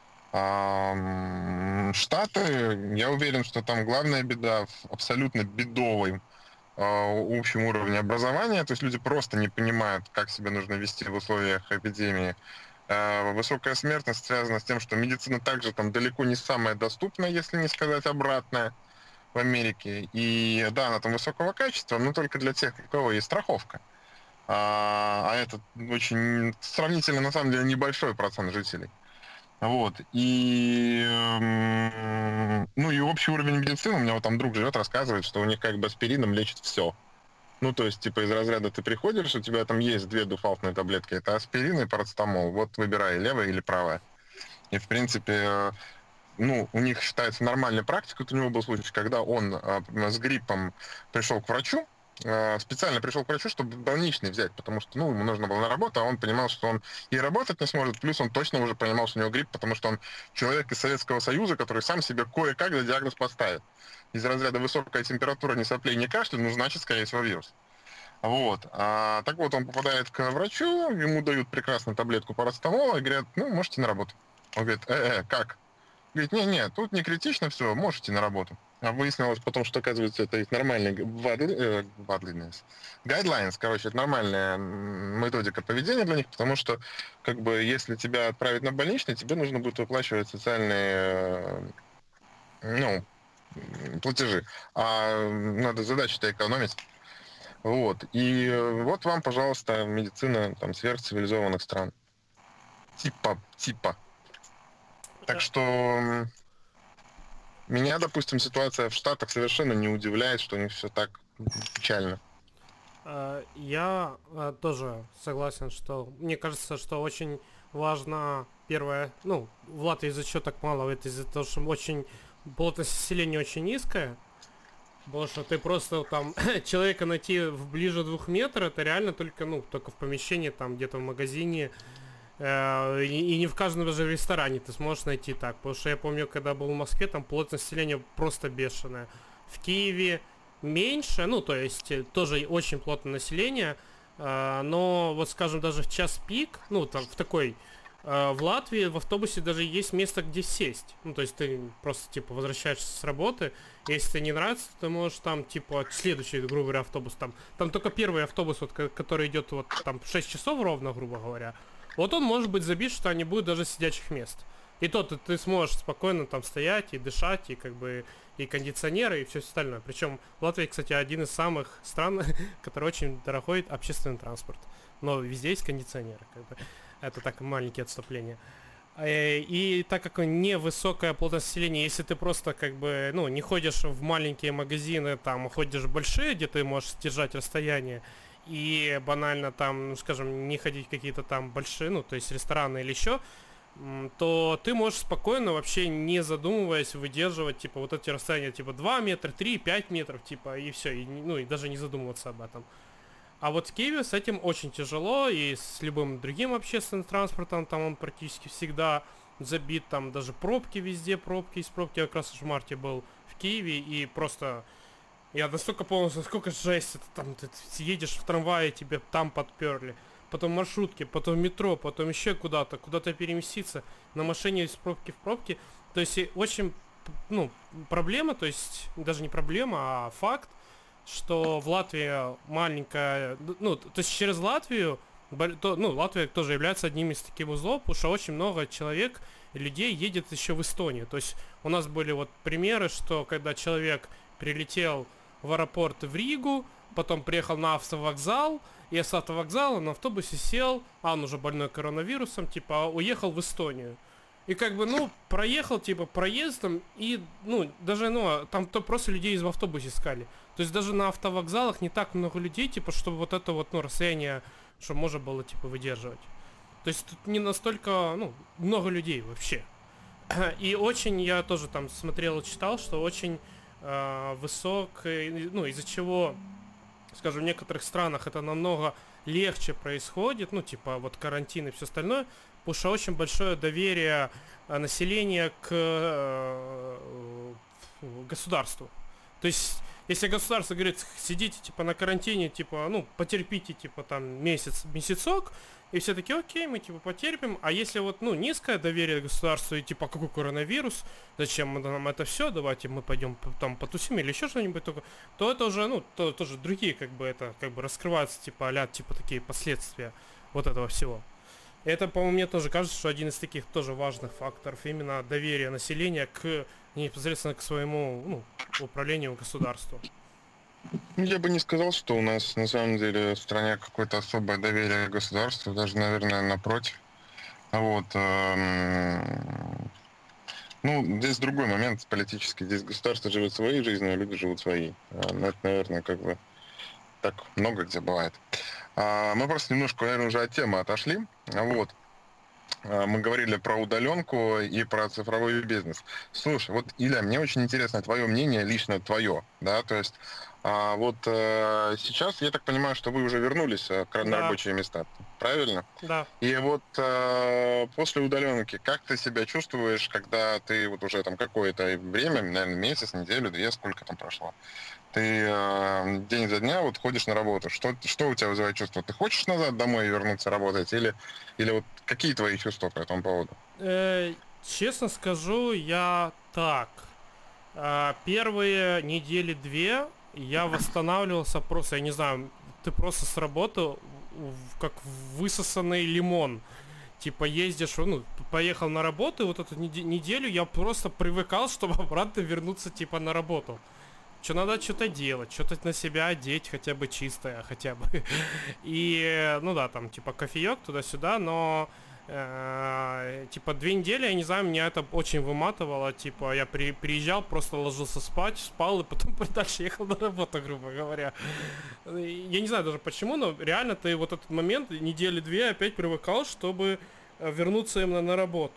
Штаты, я уверен, что там главная беда в абсолютно бедовом общем уровне образования, то есть люди просто не понимают, как себя нужно вести в условиях эпидемии. Высокая смертность связана с тем, что медицина также далеко не самая доступная, если не сказать обратное, в Америке. И да, она высокого качества, но только для тех, у кого есть страховка. а это очень сравнительно, на самом деле, небольшой процент жителей. Вот. И, ну, и общий уровень медицины, у меня вот там друг живет, рассказывает, что у них как бы аспирином лечат все. Ну, то есть, типа, из разряда ты приходишь, у тебя там есть 2 дефолтные таблетки, это аспирин и парацетамол. Вот выбирай, левая или правая. И, в принципе, ну, у них считается нормальной практикой. Вот у него был случай, когда он с гриппом пришел к врачу, специально пришел к врачу, чтобы больничный взять, потому что, ну, ему нужно было на работу, а он понимал, что он и работать не сможет, плюс он точно уже понимал, что у него грипп, потому что он человек из Советского Союза, который сам себе кое-как диагноз поставит. Из разряда высокая температура, ни соплей, ни кашля, ну, значит, скорее всего, вирус. Вот. Так вот, он попадает к врачу, ему дают прекрасную таблетку парацетамола и говорят, ну, можете на работу. Он говорит, как? Говорит, не, тут не критично все, можете на работу. А выяснилось потом, что, оказывается, это их нормальные guidelines, короче, это нормальная методика поведения для них, потому что, как бы, если тебя отправить на больничный, тебе нужно будет выплачивать социальные, ну, платежи. А надо задачи-то экономить. Вот. И вот вам, пожалуйста, медицина там сверхцивилизованных стран. Типа. Так что меня, допустим, ситуация в Штатах совершенно не удивляет, что у них все так печально. Я тоже согласен, что мне кажется, что очень важно первое, ну, в Латвии из-за чего так мало, это из-за того, что очень плотность населения очень низкая. Потому что ты просто там человека найти ближе 2 метров, это реально только, ну, только в помещении, там где-то в магазине. И не в каждом даже ресторане ты сможешь найти так. Потому что я помню, когда был в Москве, там плотность населения просто бешеная. В Киеве меньше, ну, то есть тоже очень плотное население. Но вот, скажем, даже в час пик, ну, там в такой... В Латвии в автобусе даже есть место, где сесть. Ну, то есть ты просто, типа, возвращаешься с работы. Если тебе не нравится, ты можешь там, типа, следующий, грубо говоря, автобус. Там только первый автобус, вот, который идет вот там 6 часов ровно, грубо говоря. Вот он может быть забит, что не будет даже сидячих мест. И то ты сможешь спокойно там стоять и дышать, и как бы и кондиционеры, и все остальное. Причем Латвия, кстати, один из самых стран, который очень дорогой общественный транспорт. Но везде есть кондиционеры, как бы. Это так маленькие отступления. И так как невысокая плотность населения, если ты просто как бы, ну, не ходишь в маленькие магазины, там, ходишь в большие, где ты можешь держать расстояние, и банально там, ну, скажем, не ходить в какие-то там большие, ну, то есть рестораны или еще, то ты можешь спокойно, вообще не задумываясь, выдерживать, типа, вот эти расстояния, типа, 2 метра, 3, 5 метров, типа, и все, и, ну, и даже не задумываться об этом. А вот в Киеве с этим очень тяжело, и с любым другим общественным транспортом, там он практически всегда забит, там даже пробки везде, пробки из пробки. Я как раз в марте был в Киеве, и просто я настолько понял, сколько жесть, это там ты едешь в трамвае, тебе там подперли, потом маршрутки, потом метро, потом еще куда-то переместиться, на машине из пробки в пробки. То есть очень, ну, проблема, то есть даже не проблема, а факт, что в Латвии маленькая, ну, то есть через Латвию, ну, Латвия тоже является одним из таких узлов, потому что очень много человек, людей едет еще в Эстонию. То есть у нас были вот примеры, что когда человек прилетел в аэропорт в Ригу, потом приехал на автовокзал, и с автовокзала на автобусе сел, а он уже больной коронавирусом, типа, уехал в Эстонию. И как бы, ну, проехал, типа, проездом, и, ну, даже, ну, там то просто людей в автобусе искали. То есть даже на автовокзалах не так много людей, типа, чтобы вот это вот, ну, расстояние, чтобы можно было, типа, выдерживать. То есть тут не настолько, ну, много людей вообще. И очень, я тоже там смотрел и читал, что очень высок, ну, из-за чего, скажем, в некоторых странах это намного легче происходит, ну, типа, вот карантин и все остальное, потому что очень большое доверие населения к государству. То есть, если государство говорит, сидите, типа, на карантине, типа, ну, потерпите, типа, там, месяцок, и все таки окей, мы, типа, потерпим, а если вот, ну, низкое доверие к государству, и, типа, какой коронавирус, зачем нам это все, давайте мы пойдем там потусим или еще что-нибудь только, то это уже, ну, тоже другие, как бы, это, как бы, раскрываются, типа, а-ля, типа, такие последствия вот этого всего. И это, по-моему, мне тоже кажется, что один из таких тоже важных факторов, именно доверие населения к, непосредственно к своему, ну, управлению государству. Ну, я бы не сказал, что у нас на самом деле в стране какое-то особое доверие к государству, даже, наверное, напротив. Вот. Ну, здесь другой момент политический. Здесь государство живет своей жизнью, а люди живут своей. Ну, это, наверное, как бы так много где бывает. Мы просто немножко, наверное, уже от темы отошли. Вот. Мы говорили про удаленку и про цифровой бизнес. Слушай, вот, Илья, мне очень интересно твое мнение, лично твое, да, то есть сейчас, я так понимаю, что вы уже вернулись на рабочие места, правильно? Да. И вот после удаленки, как ты себя чувствуешь, когда ты вот уже там какое-то время, наверное, месяц, неделю, 2, сколько там прошло, ты день за дня вот ходишь на работу, что у тебя вызывает чувство? Ты хочешь назад домой вернуться работать или вот какие твои чувства по этому поводу? Честно скажу, я так. Первые недели 2 я восстанавливался просто, я не знаю, ты просто с работы как высосанный лимон. Типа ездишь, ну, поехал на работу, и вот эту неделю я просто привыкал, чтобы обратно вернуться, типа, на работу. Что надо что-то делать, что-то на себя одеть, хотя бы чистое, хотя бы. И, ну да, там, типа, кофеек туда-сюда, но... типа 2 недели, я не знаю, меня это очень выматывало. Типа я приезжал, просто ложился спать, спал и потом дальше ехал на работу, грубо говоря. Я не знаю даже почему, но реально ты вот этот момент недели 2 опять привыкал, чтобы вернуться именно на работу.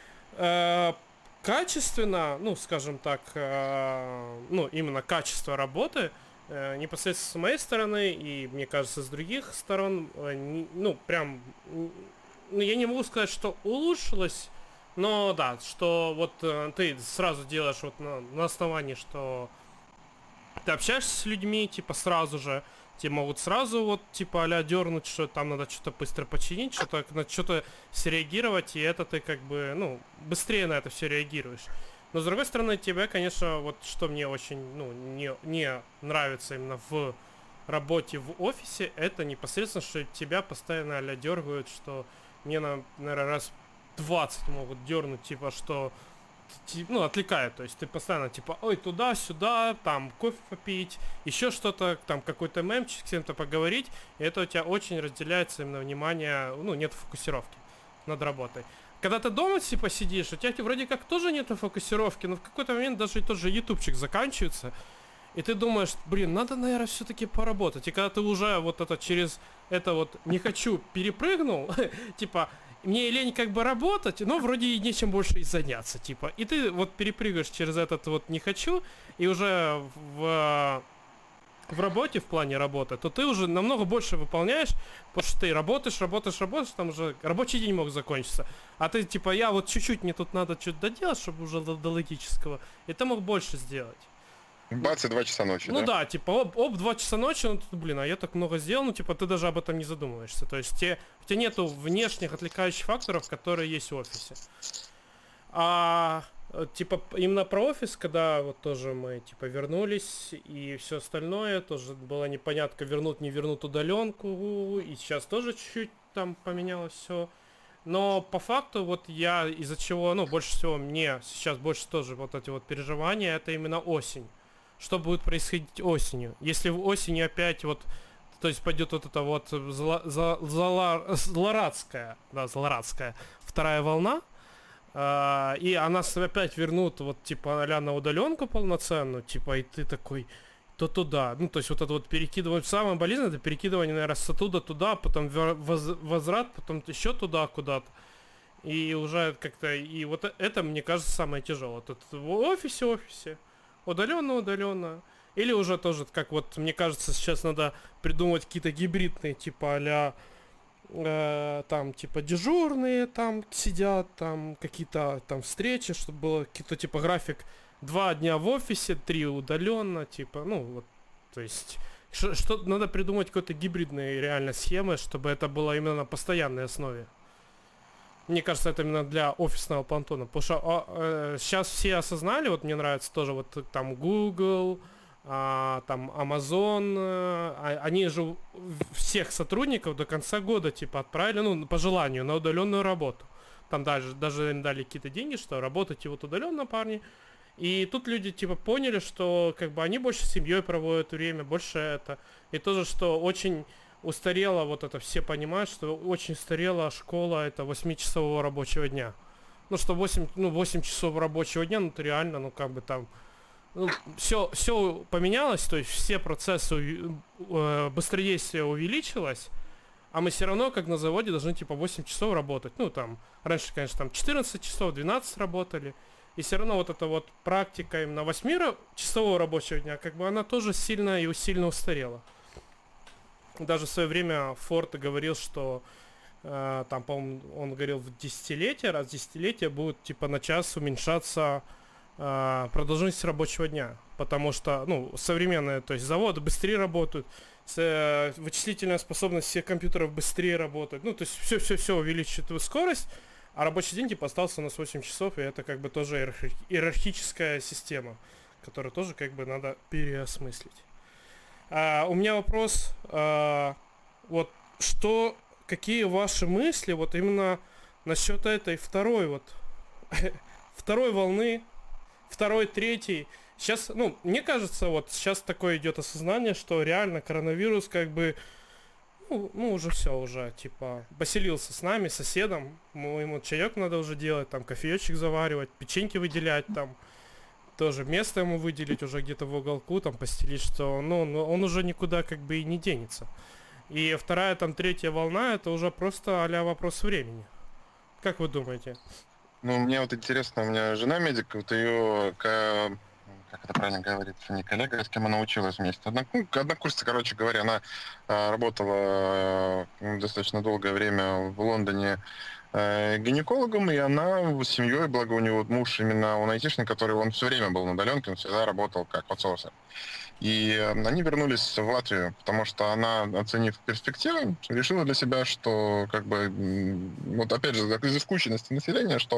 Качественно, ну скажем так, ну именно качество работы непосредственно с моей стороны и, мне кажется, с других сторон, ну прям... Ну, я не могу сказать, что улучшилось, но да, что вот ты сразу делаешь вот на основании, что ты общаешься с людьми, типа сразу же, тебе могут сразу вот типа а-ля дернуть, что там надо что-то быстро починить, что-то на что-то среагировать, и это ты как бы, ну, быстрее на это все реагируешь. Но с другой стороны, тебе, конечно, вот что мне очень, ну, не нравится именно в работе в офисе, это непосредственно, что тебя постоянно а-ля дергают, что мне, наверное, раз 20 могут дернуть, типа, что, ну, отвлекает, то есть ты постоянно, типа, ой, туда-сюда, там, кофе попить, еще что-то, там, какой-то мемчик, с кем-то поговорить, и это у тебя очень разделяется именно внимание, ну, нет фокусировки над работой. Когда ты дома, типа, сидишь, у тебя вроде как тоже нет фокусировки, но в какой-то момент даже и тот же ютубчик заканчивается, и ты думаешь, блин, надо, наверное, все-таки поработать. И когда ты уже вот это через это вот не хочу перепрыгнул, типа, мне лень как бы работать, но вроде и нечем больше и заняться, типа. И ты вот перепрыгаешь через этот вот не хочу, и уже в работе, в плане работы, то ты уже намного больше выполняешь, потому что ты работаешь, там уже рабочий день мог закончиться. А ты типа, я вот чуть-чуть, мне тут надо что-то доделать, чтобы уже до логического, и ты мог больше сделать. Бац, и 2 часа ночи, ну да, типа, 2 часа ночи, ну, блин, а я так много сделал, ну, типа, ты даже об этом не задумываешься. То есть у тебя нету внешних отвлекающих факторов, которые есть в офисе. Типа, именно про офис, когда вот тоже мы, типа, вернулись, и все остальное, тоже было непонятно, вернут, не вернут удаленку, и сейчас тоже чуть-чуть там поменялось все. Но по факту, вот я из-за чего, ну, больше всего мне сейчас больше тоже вот эти вот переживания, это именно осень. Что будет происходить осенью? Если в осени опять вот, то есть пойдет вот эта вот злорадская вторая волна, и она опять вернут вот типа а-ля на удаленку полноценную, типа, и ты такой, то туда. Ну, то есть вот это вот перекидывание, самое болезненное, это перекидывание, наверное, с оттуда туда, потом возврат, потом еще туда куда-то. И уже как-то, и вот это, мне кажется, самое тяжелое. Тут в офисе. Удаленно. Или уже тоже, как вот, мне кажется, сейчас надо придумать какие-то гибридные, типа а-ля там, типа, дежурные там сидят, там, какие-то там встречи, чтобы было какие-то, типа, график 2 дня в офисе, 3 удаленно, типа, ну, вот, то есть, что надо придумать какой-то гибридные реально схемы, чтобы это было именно на постоянной основе. Мне кажется, это именно для офисного планктона. Потому что сейчас все осознали, вот мне нравится тоже вот там Google, там Amazon, они же всех сотрудников до конца года типа отправили, ну, по желанию, на удаленную работу. Там даже им дали какие-то деньги, что работайте вот удаленно, парни. И тут люди типа поняли, что как бы они больше с семьей проводят время, больше это. И тоже, что очень устарела вот это, все понимают, что очень устарела школа это 8-часового рабочего дня. Ну, что 8 часов рабочего дня, ну, это реально, ну, как бы там, ну, все поменялось, то есть все процессы, быстродействие увеличилось, а мы все равно, как на заводе, должны, типа, 8 часов работать. Ну, там, раньше, конечно, там 14 часов, 12 работали, и все равно вот эта вот практика именно 8-часового рабочего дня, как бы она тоже сильно устарела. Даже в свое время Форд говорил, что там, по-моему, он говорил раз в десятилетие будет типа на час уменьшаться продолжительность рабочего дня. Потому что, ну, современные, то есть заводы быстрее работают, вычислительная способность всех компьютеров быстрее работает. Ну, то есть все увеличивает скорость, а рабочий день типа остался у нас 8 часов, и это как бы тоже иерархическая система, которую тоже как бы надо переосмыслить. У меня вопрос, вот какие ваши мысли вот именно насчет этой второй волны, второй, третьей. Сейчас, ну, мне кажется, вот сейчас такое идет осознание, что реально коронавирус как бы, ну уже все, уже, типа, поселился с нами, соседом, ему чаек надо уже делать, там, кофеечек заваривать, печеньки выделять, там, тоже место ему выделить уже где-то в уголку, там, постелить, что, ну, он уже никуда как бы и не денется. И вторая, там, третья волна, это уже просто а-ля вопрос времени. Как вы думаете? Ну, мне вот интересно, у меня жена медик, вот ее, как это правильно говорится, не коллега, с кем она училась вместе. Однокурсница, короче говоря, она работала достаточно долгое время в Лондоне гинекологом, и она с семьей, благо у него муж именно он айтишник, который он все время был на удаленке, он всегда работал как аутсорсер. И они вернулись в Латвию, потому что она, оценив перспективы, решила для себя, что, как бы, вот опять же, из-за скученности населения, что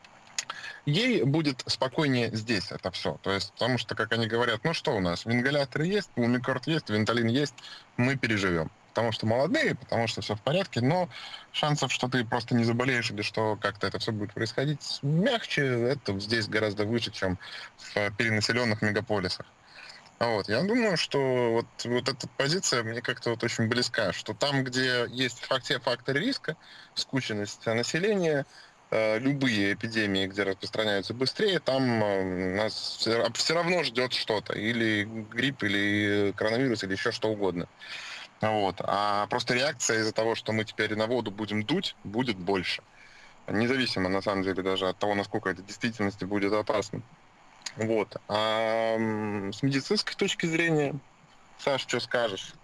ей будет спокойнее здесь это все. То есть, потому что, как они говорят, ну что у нас, вентиляторы есть, пулмикорд есть, венталин есть, мы переживем. Потому что молодые, потому что все в порядке, но шансов, что ты просто не заболеешь или что как-то это все будет происходить мягче, это здесь гораздо выше, чем в перенаселенных мегаполисах. Вот. Я думаю, что вот эта позиция мне как-то вот очень близка, что там, где есть все факторы риска, скученность населения, любые эпидемии, где распространяются быстрее, там нас все равно ждет что-то. Или грипп, или коронавирус, или еще что угодно. Вот. А просто реакция из-за того, что мы теперь на воду будем дуть, будет больше. Независимо, на самом деле, даже от того, насколько это в действительности будет опасно. Вот. А с медицинской точки зрения, Саш, что скажешь?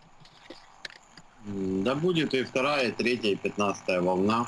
Да будет и вторая, и третья, и 15-я волна.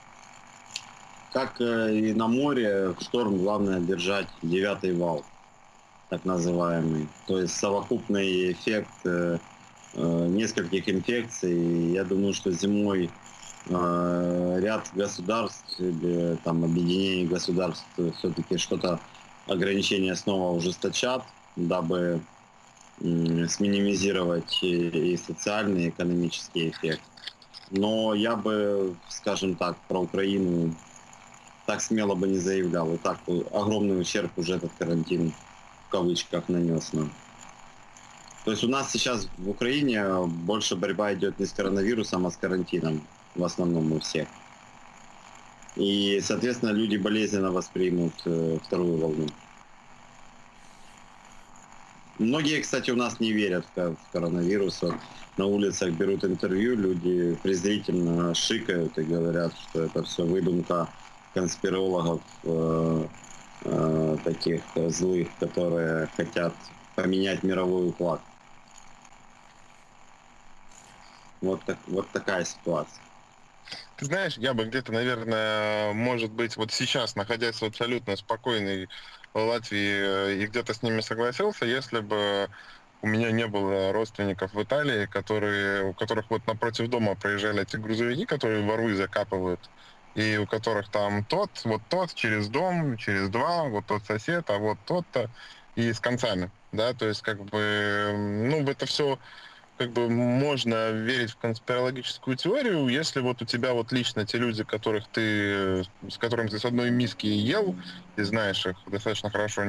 Как и на море, в шторм главное держать 9-й вал, так называемый. То есть совокупный эффект нескольких инфекций. Я думаю, что зимой ряд государств или там объединений государств все-таки что-то ограничения снова ужесточат, дабы сминимизировать и социальный, и экономический эффект. Но я бы, скажем так, про Украину так смело бы не заявлял. И так огромный ущерб уже этот карантин в кавычках нанес нам. То есть у нас сейчас в Украине больше борьба идет не с коронавирусом, а с карантином. В основном у всех. И, соответственно, люди болезненно воспримут вторую волну. Многие, кстати, у нас не верят в коронавирус. На улицах берут интервью, люди презрительно шикают и говорят, что это все выдумка конспирологов таких злых, которые хотят поменять мировой уклад. Вот такая ситуация. Ты знаешь, я бы где-то, наверное, может быть, вот сейчас, находясь в абсолютно спокойной Латвии, и где-то с ними согласился, если бы у меня не было родственников в Италии, у которых вот напротив дома проезжали эти грузовики, которые ворвы закапывают, и у которых там тот, через дом, через два, вот тот сосед, а вот тот-то, и с концами, да, то есть как бы, ну, это все как бы можно верить в конспирологическую теорию, если вот у тебя вот лично те люди, с которыми ты с одной миски ел, и знаешь их достаточно хорошо,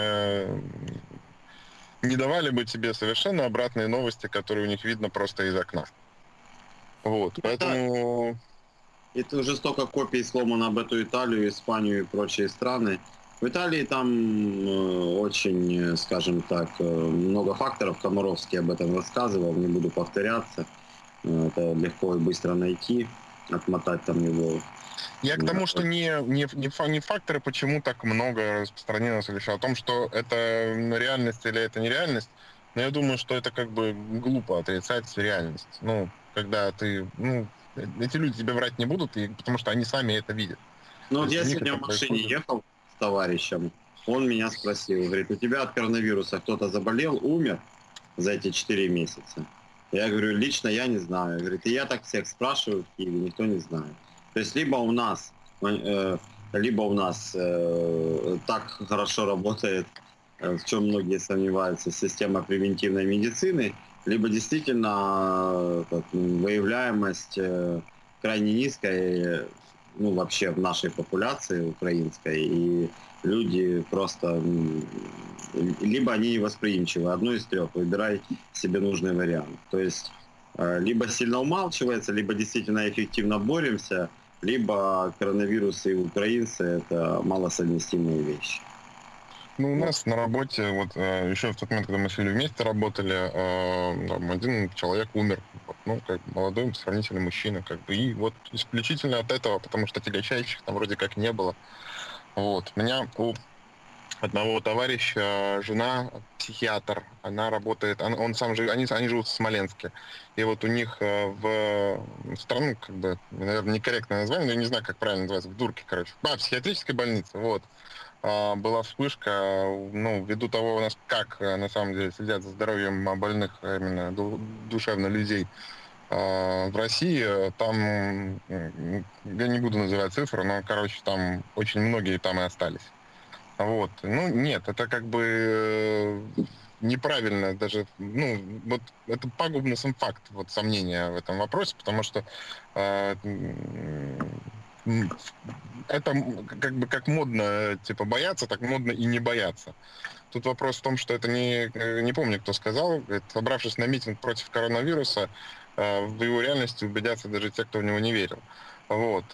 не давали бы тебе совершенно обратные новости, которые у них видно просто из окна. Вот, поэтому... Это уже столько копий сломано об эту Италию, Испанию и прочие страны. В Италии там очень, скажем так, много факторов. Комаровский об этом рассказывал, не буду повторяться. Это легко и быстро найти, отмотать там его. Я к тому, что не факторы, почему так много распространилось, лишь о том, что это реальность или это нереальность. Но я думаю, что это как бы глупо отрицать реальность. Ну, когда ты... эти люди тебе врать не будут, потому что они сами это видят. Ну вот я сегодня в машине ехал с товарищем, он меня спросил, говорит, у тебя от коронавируса кто-то заболел, умер за эти 4 месяца? Я говорю, лично я не знаю. Говорит, и я так всех спрашиваю в Киеве, никто не знает. То есть либо у нас так хорошо работает, в чем многие сомневаются, система превентивной медицины, либо действительно выявляемость крайне низкая, вообще в нашей популяции украинской, и люди просто, либо они невосприимчивы, одно из трех, выбирай себе нужный вариант. То есть либо сильно умалчивается, либо действительно эффективно боремся, либо коронавирус и украинцы — это малосовместимые вещи. У нас на работе, вот еще в тот момент, когда мы с Юлей вместе работали, один человек умер. Как молодой, сравнительно мужчина, и вот исключительно от этого, потому что тягощающих там вроде как не было. Вот. У меня у одного товарища жена психиатр, она работает, они живут в Смоленске. И вот у них в страну, наверное, некорректное название, но я не знаю, как правильно называется, в Дурке, психиатрической больнице, вот. Была вспышка, ввиду того, как на самом деле следят за здоровьем больных, именно душевно людей в России, там, я не буду называть цифры, но, там очень многие там и остались. Вот. Нет, это неправильно даже, вот это пагубный сам факт, вот сомнения в этом вопросе, потому что это как модно, бояться, так модно и не бояться. Тут вопрос в том, что это не помню, кто сказал, собравшись на митинг против коронавируса, в его реальности убедятся даже те, кто в него не верил. Вот.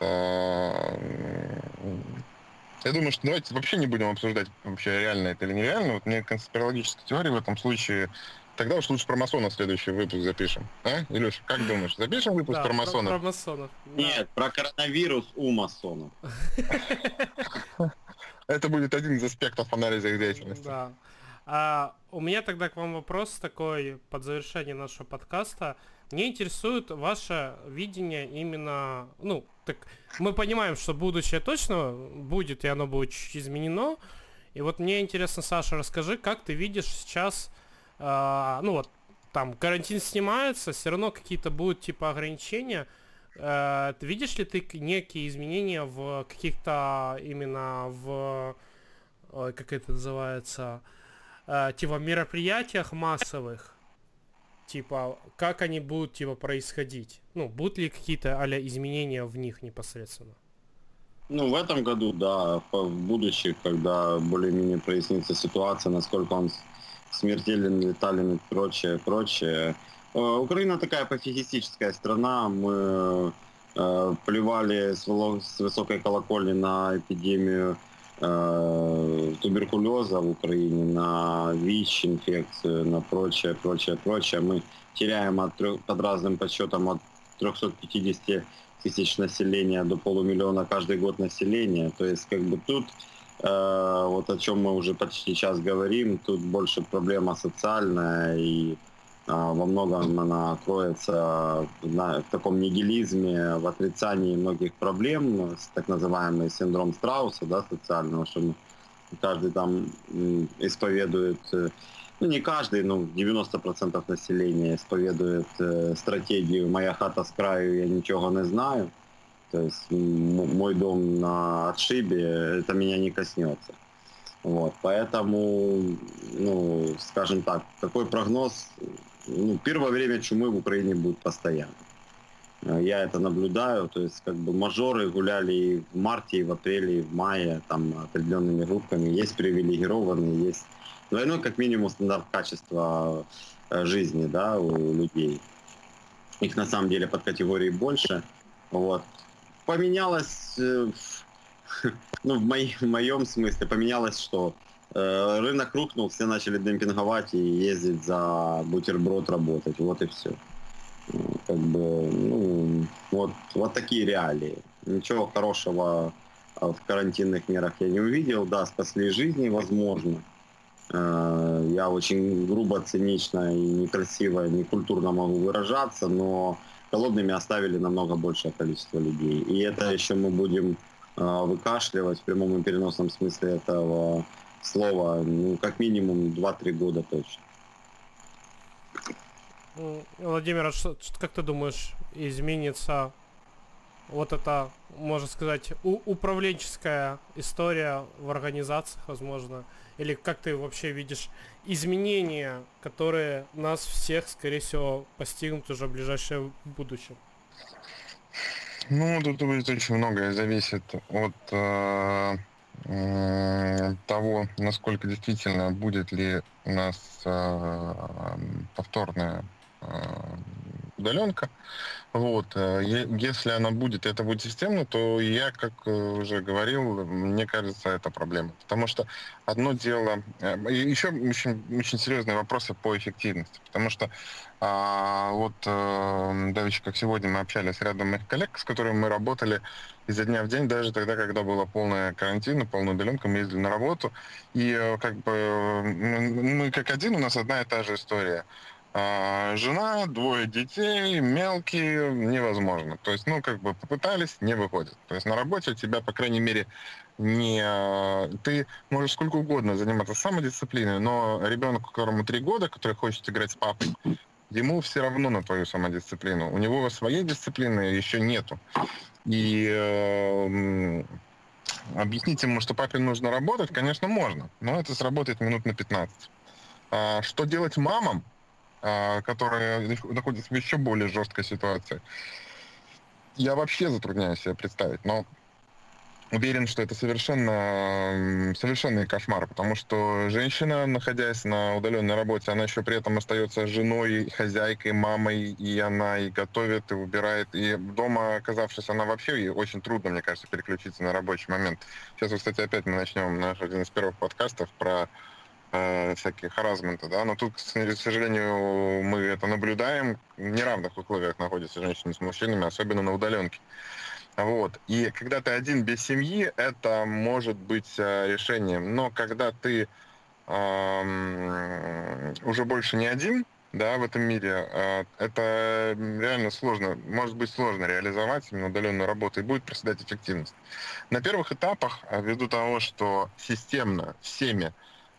Я думаю, что давайте вообще не будем обсуждать, вообще реально это или нереально. Вот мне конспирологическая теория в этом случае... Тогда уж лучше про масонов следующий выпуск запишем. А, Илюша, как думаешь, запишем выпуск про масонов? Про масонов. Нет, про коронавирус у масонов. Это будет один из аспектов анализа их деятельности. Да. У меня тогда к вам вопрос такой под завершение нашего подкаста. Мне интересует ваше видение именно, так мы понимаем, что будущее точно будет, и оно будет чуть изменено. И вот мне интересно, Саша, расскажи, как ты видишь сейчас, там карантин снимается, все равно какие-то будут ограничения. Видишь ли ты некие изменения в каких-то именно как это называется, мероприятиях массовых? Как они будут, происходить? Будут ли какие-то изменения в них непосредственно? В этом году, да. В будущих, когда более-менее прояснится ситуация, насколько он смертелен, летален и прочее. Украина такая пофигистическая страна. Мы плевали с высокой колокольни на эпидемию туберкулеза в Украине, на ВИЧ-инфекцию, на прочее. Мы теряем под разным подсчетам от 350 тысяч населения до полумиллиона каждый год населения. То есть тут, вот о чем мы уже почти час говорим, тут больше проблема социальная, и во многом она кроется в таком нигилизме, в отрицании многих проблем, так называемый синдром Страуса, да, социального, что каждый там исповедует, не каждый, но 90% населения исповедует стратегию «моя хата с краю, я ничего не знаю», то есть мой дом на отшибе, это меня не коснется. Вот, поэтому, скажем так, такой прогноз первое время чумы в Украине будет постоянно. Я это наблюдаю, то есть как бы мажоры гуляли и в марте, и в апреле, и в мае, там определенными группами. Есть привилегированные, есть двойной как минимум стандарт качества жизни, да, у людей. Их на самом деле под категорией больше. Вот. Поменялось, в моем смысле, поменялось, что рынок рухнул, все начали демпинговать и ездить за бутерброд работать. Вот и все. Как бы, вот такие реалии. Ничего хорошего в карантинных мерах я не увидел. Да, спасли жизни, возможно. Я очень грубо, цинично и некрасиво, некультурно могу выражаться, но голодными оставили намного большее количество людей. И это еще мы будем выкашливать в прямом и переносном смысле этого слова, как минимум 2-3 года точно. Владимир, как ты думаешь, изменится вот эта, можно сказать, управленческая история в организациях, возможно? Или как ты вообще видишь изменения, которые нас всех, скорее всего, постигнут уже в ближайшем будущем? Тут будет очень многое зависит от того, насколько действительно будет ли у нас повторная удаленка. Вот. Если она будет, это будет системно, то я, как уже говорил, мне кажется, это проблема. Потому что одно дело... Еще очень серьезные вопросы по эффективности. Потому что давеча, как сегодня, мы общались с рядом моих коллег, с которыми мы работали изо дня в день, даже тогда, когда была полная карантин, полная удаленка, мы ездили на работу. И как бы мы как один, у нас одна и та же история. Жена, 2 детей, мелкие, невозможно. То есть, попытались, не выходит. То есть на работе у тебя, по крайней мере, ты можешь сколько угодно заниматься самодисциплиной, но ребенок, которому 3 года, который хочет играть с папой, ему все равно на твою самодисциплину. У него своей дисциплины еще нету. И объяснить ему, что папе нужно работать, конечно, можно, но это сработает минут на 15. Что делать мамам, которые находятся в еще более жесткой ситуации, я вообще затрудняюсь себе представить, но уверен, что это совершенный кошмар, потому что женщина, находясь на удаленной работе, она еще при этом остается женой, хозяйкой, мамой, и она и готовит, и убирает, и дома, оказавшись, она вообще, ей очень трудно, мне кажется, переключиться на рабочий момент. Сейчас, кстати, опять мы начнем наш один из первых подкастов про всякие харассменты, да, но тут, к сожалению, мы это наблюдаем, в неравных условиях находятся женщины с мужчинами, особенно на удаленке. Вот. И когда ты один без семьи, это может быть решением. Но когда ты уже больше не один, да, в этом мире, это реально сложно, может быть сложно реализовать именно удаленную работу, и будет проседать эффективность. На первых этапах, ввиду того, что системно всеми,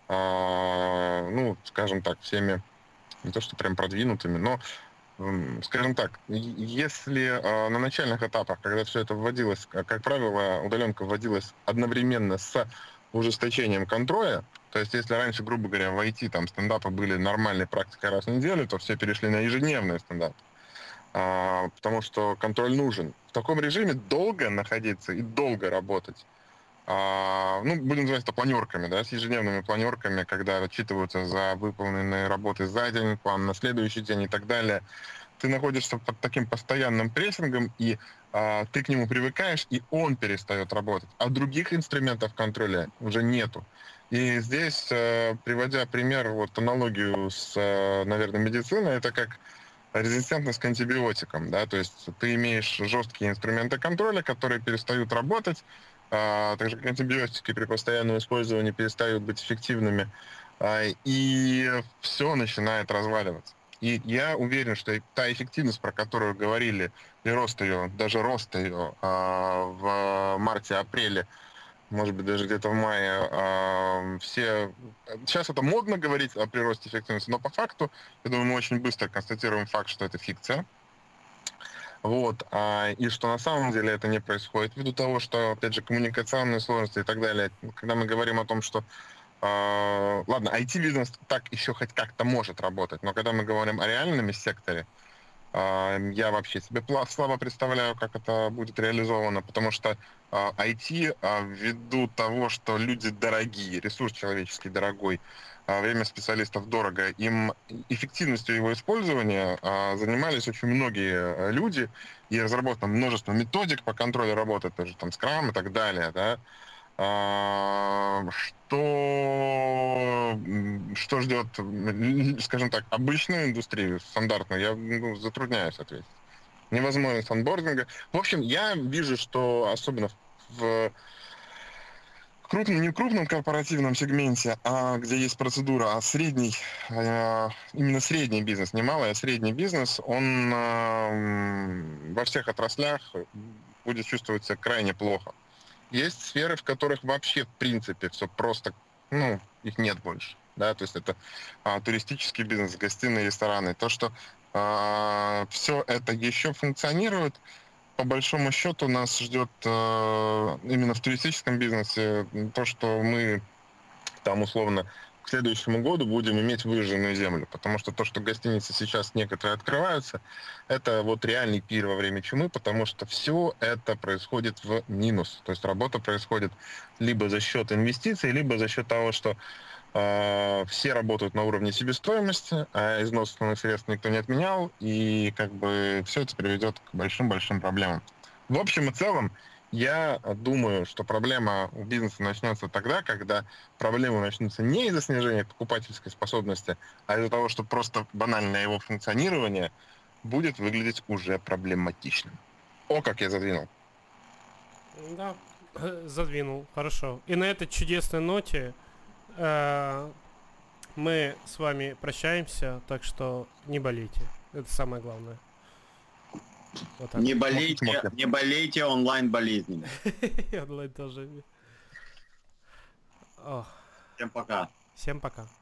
скажем так, всеми, не то что прям продвинутыми, но скажем так, если на начальных этапах, когда все это вводилось, как правило, удаленка вводилась одновременно с ужесточением контроля, то есть если раньше, грубо говоря, в IT там стендапы были нормальной практикой раз в неделю, то все перешли на ежедневный стендап, потому что контроль нужен. В таком режиме долго находиться и долго работать, будем называть это планерками, да, с ежедневными планерками, когда отчитываются за выполненные работы за день, план на следующий день и так далее. Ты находишься под таким постоянным прессингом, и ты к нему привыкаешь, и он перестает работать. А других инструментов контроля уже нету. И здесь, приводя пример, аналогию с, наверное, медициной, это как резистентность к антибиотикам, да, то есть ты имеешь жесткие инструменты контроля, которые перестают работать, так же как антибиотики при постоянном использовании перестают быть эффективными, и все начинает разваливаться. И я уверен, что та эффективность, про которую говорили, и рост ее, даже рост ее в марте-апреле, может быть, даже где-то в мае, сейчас это модно говорить о приросте эффективности, но по факту, я думаю, мы очень быстро констатируем факт, что это фикция. Вот, и что на самом деле это не происходит, ввиду того, что, опять же, коммуникационные сложности и так далее. Когда мы говорим о том, что ладно, IT-бизнес так еще хоть как-то может работать, но когда мы говорим о реальном секторе, я вообще себе слабо представляю, как это будет реализовано, потому что IT, ввиду того, что люди дорогие, ресурс человеческий дорогой, время специалистов дорого, им эффективностью его использования занимались очень многие люди, и разработано множество методик по контролю работы, тоже там Scrum и так далее, да. Что ждет, скажем так, обычную индустрию, стандартную, я затрудняюсь ответить. Невозможность онбординга. В общем, я вижу, что особенно в крупном, не крупном корпоративном сегменте, где есть процедура, а средний, именно средний бизнес, не малый, а средний бизнес, он во всех отраслях будет чувствовать себя крайне плохо. Есть сферы, в которых вообще, в принципе, все просто, их нет больше. Да? То есть это туристический бизнес, гостиные, рестораны. То, что все это еще функционирует, по большому счету нас ждет именно в туристическом бизнесе то, что мы там условно к следующему году будем иметь выжженную землю. Потому что то, что гостиницы сейчас некоторые открываются, это вот реальный пир во время чумы, потому что все это происходит в минус. То есть работа происходит либо за счет инвестиций, либо за счет того, что все работают на уровне себестоимости, а износ основных средств никто не отменял, и как бы все это приведет к большим-большим проблемам. В общем и целом, я думаю, что проблема у бизнеса начнется тогда, когда проблемы начнутся не из-за снижения покупательской способности, а из-за того, что просто банальное его функционирование будет выглядеть уже проблематичным. О, как я задвинул. Да, задвинул, хорошо. И на этой чудесной ноте мы с вами прощаемся, так что не болейте. Это самое главное. Вот не болейте онлайн-болезнями. Онлайн тоже. Всем пока. Всем пока.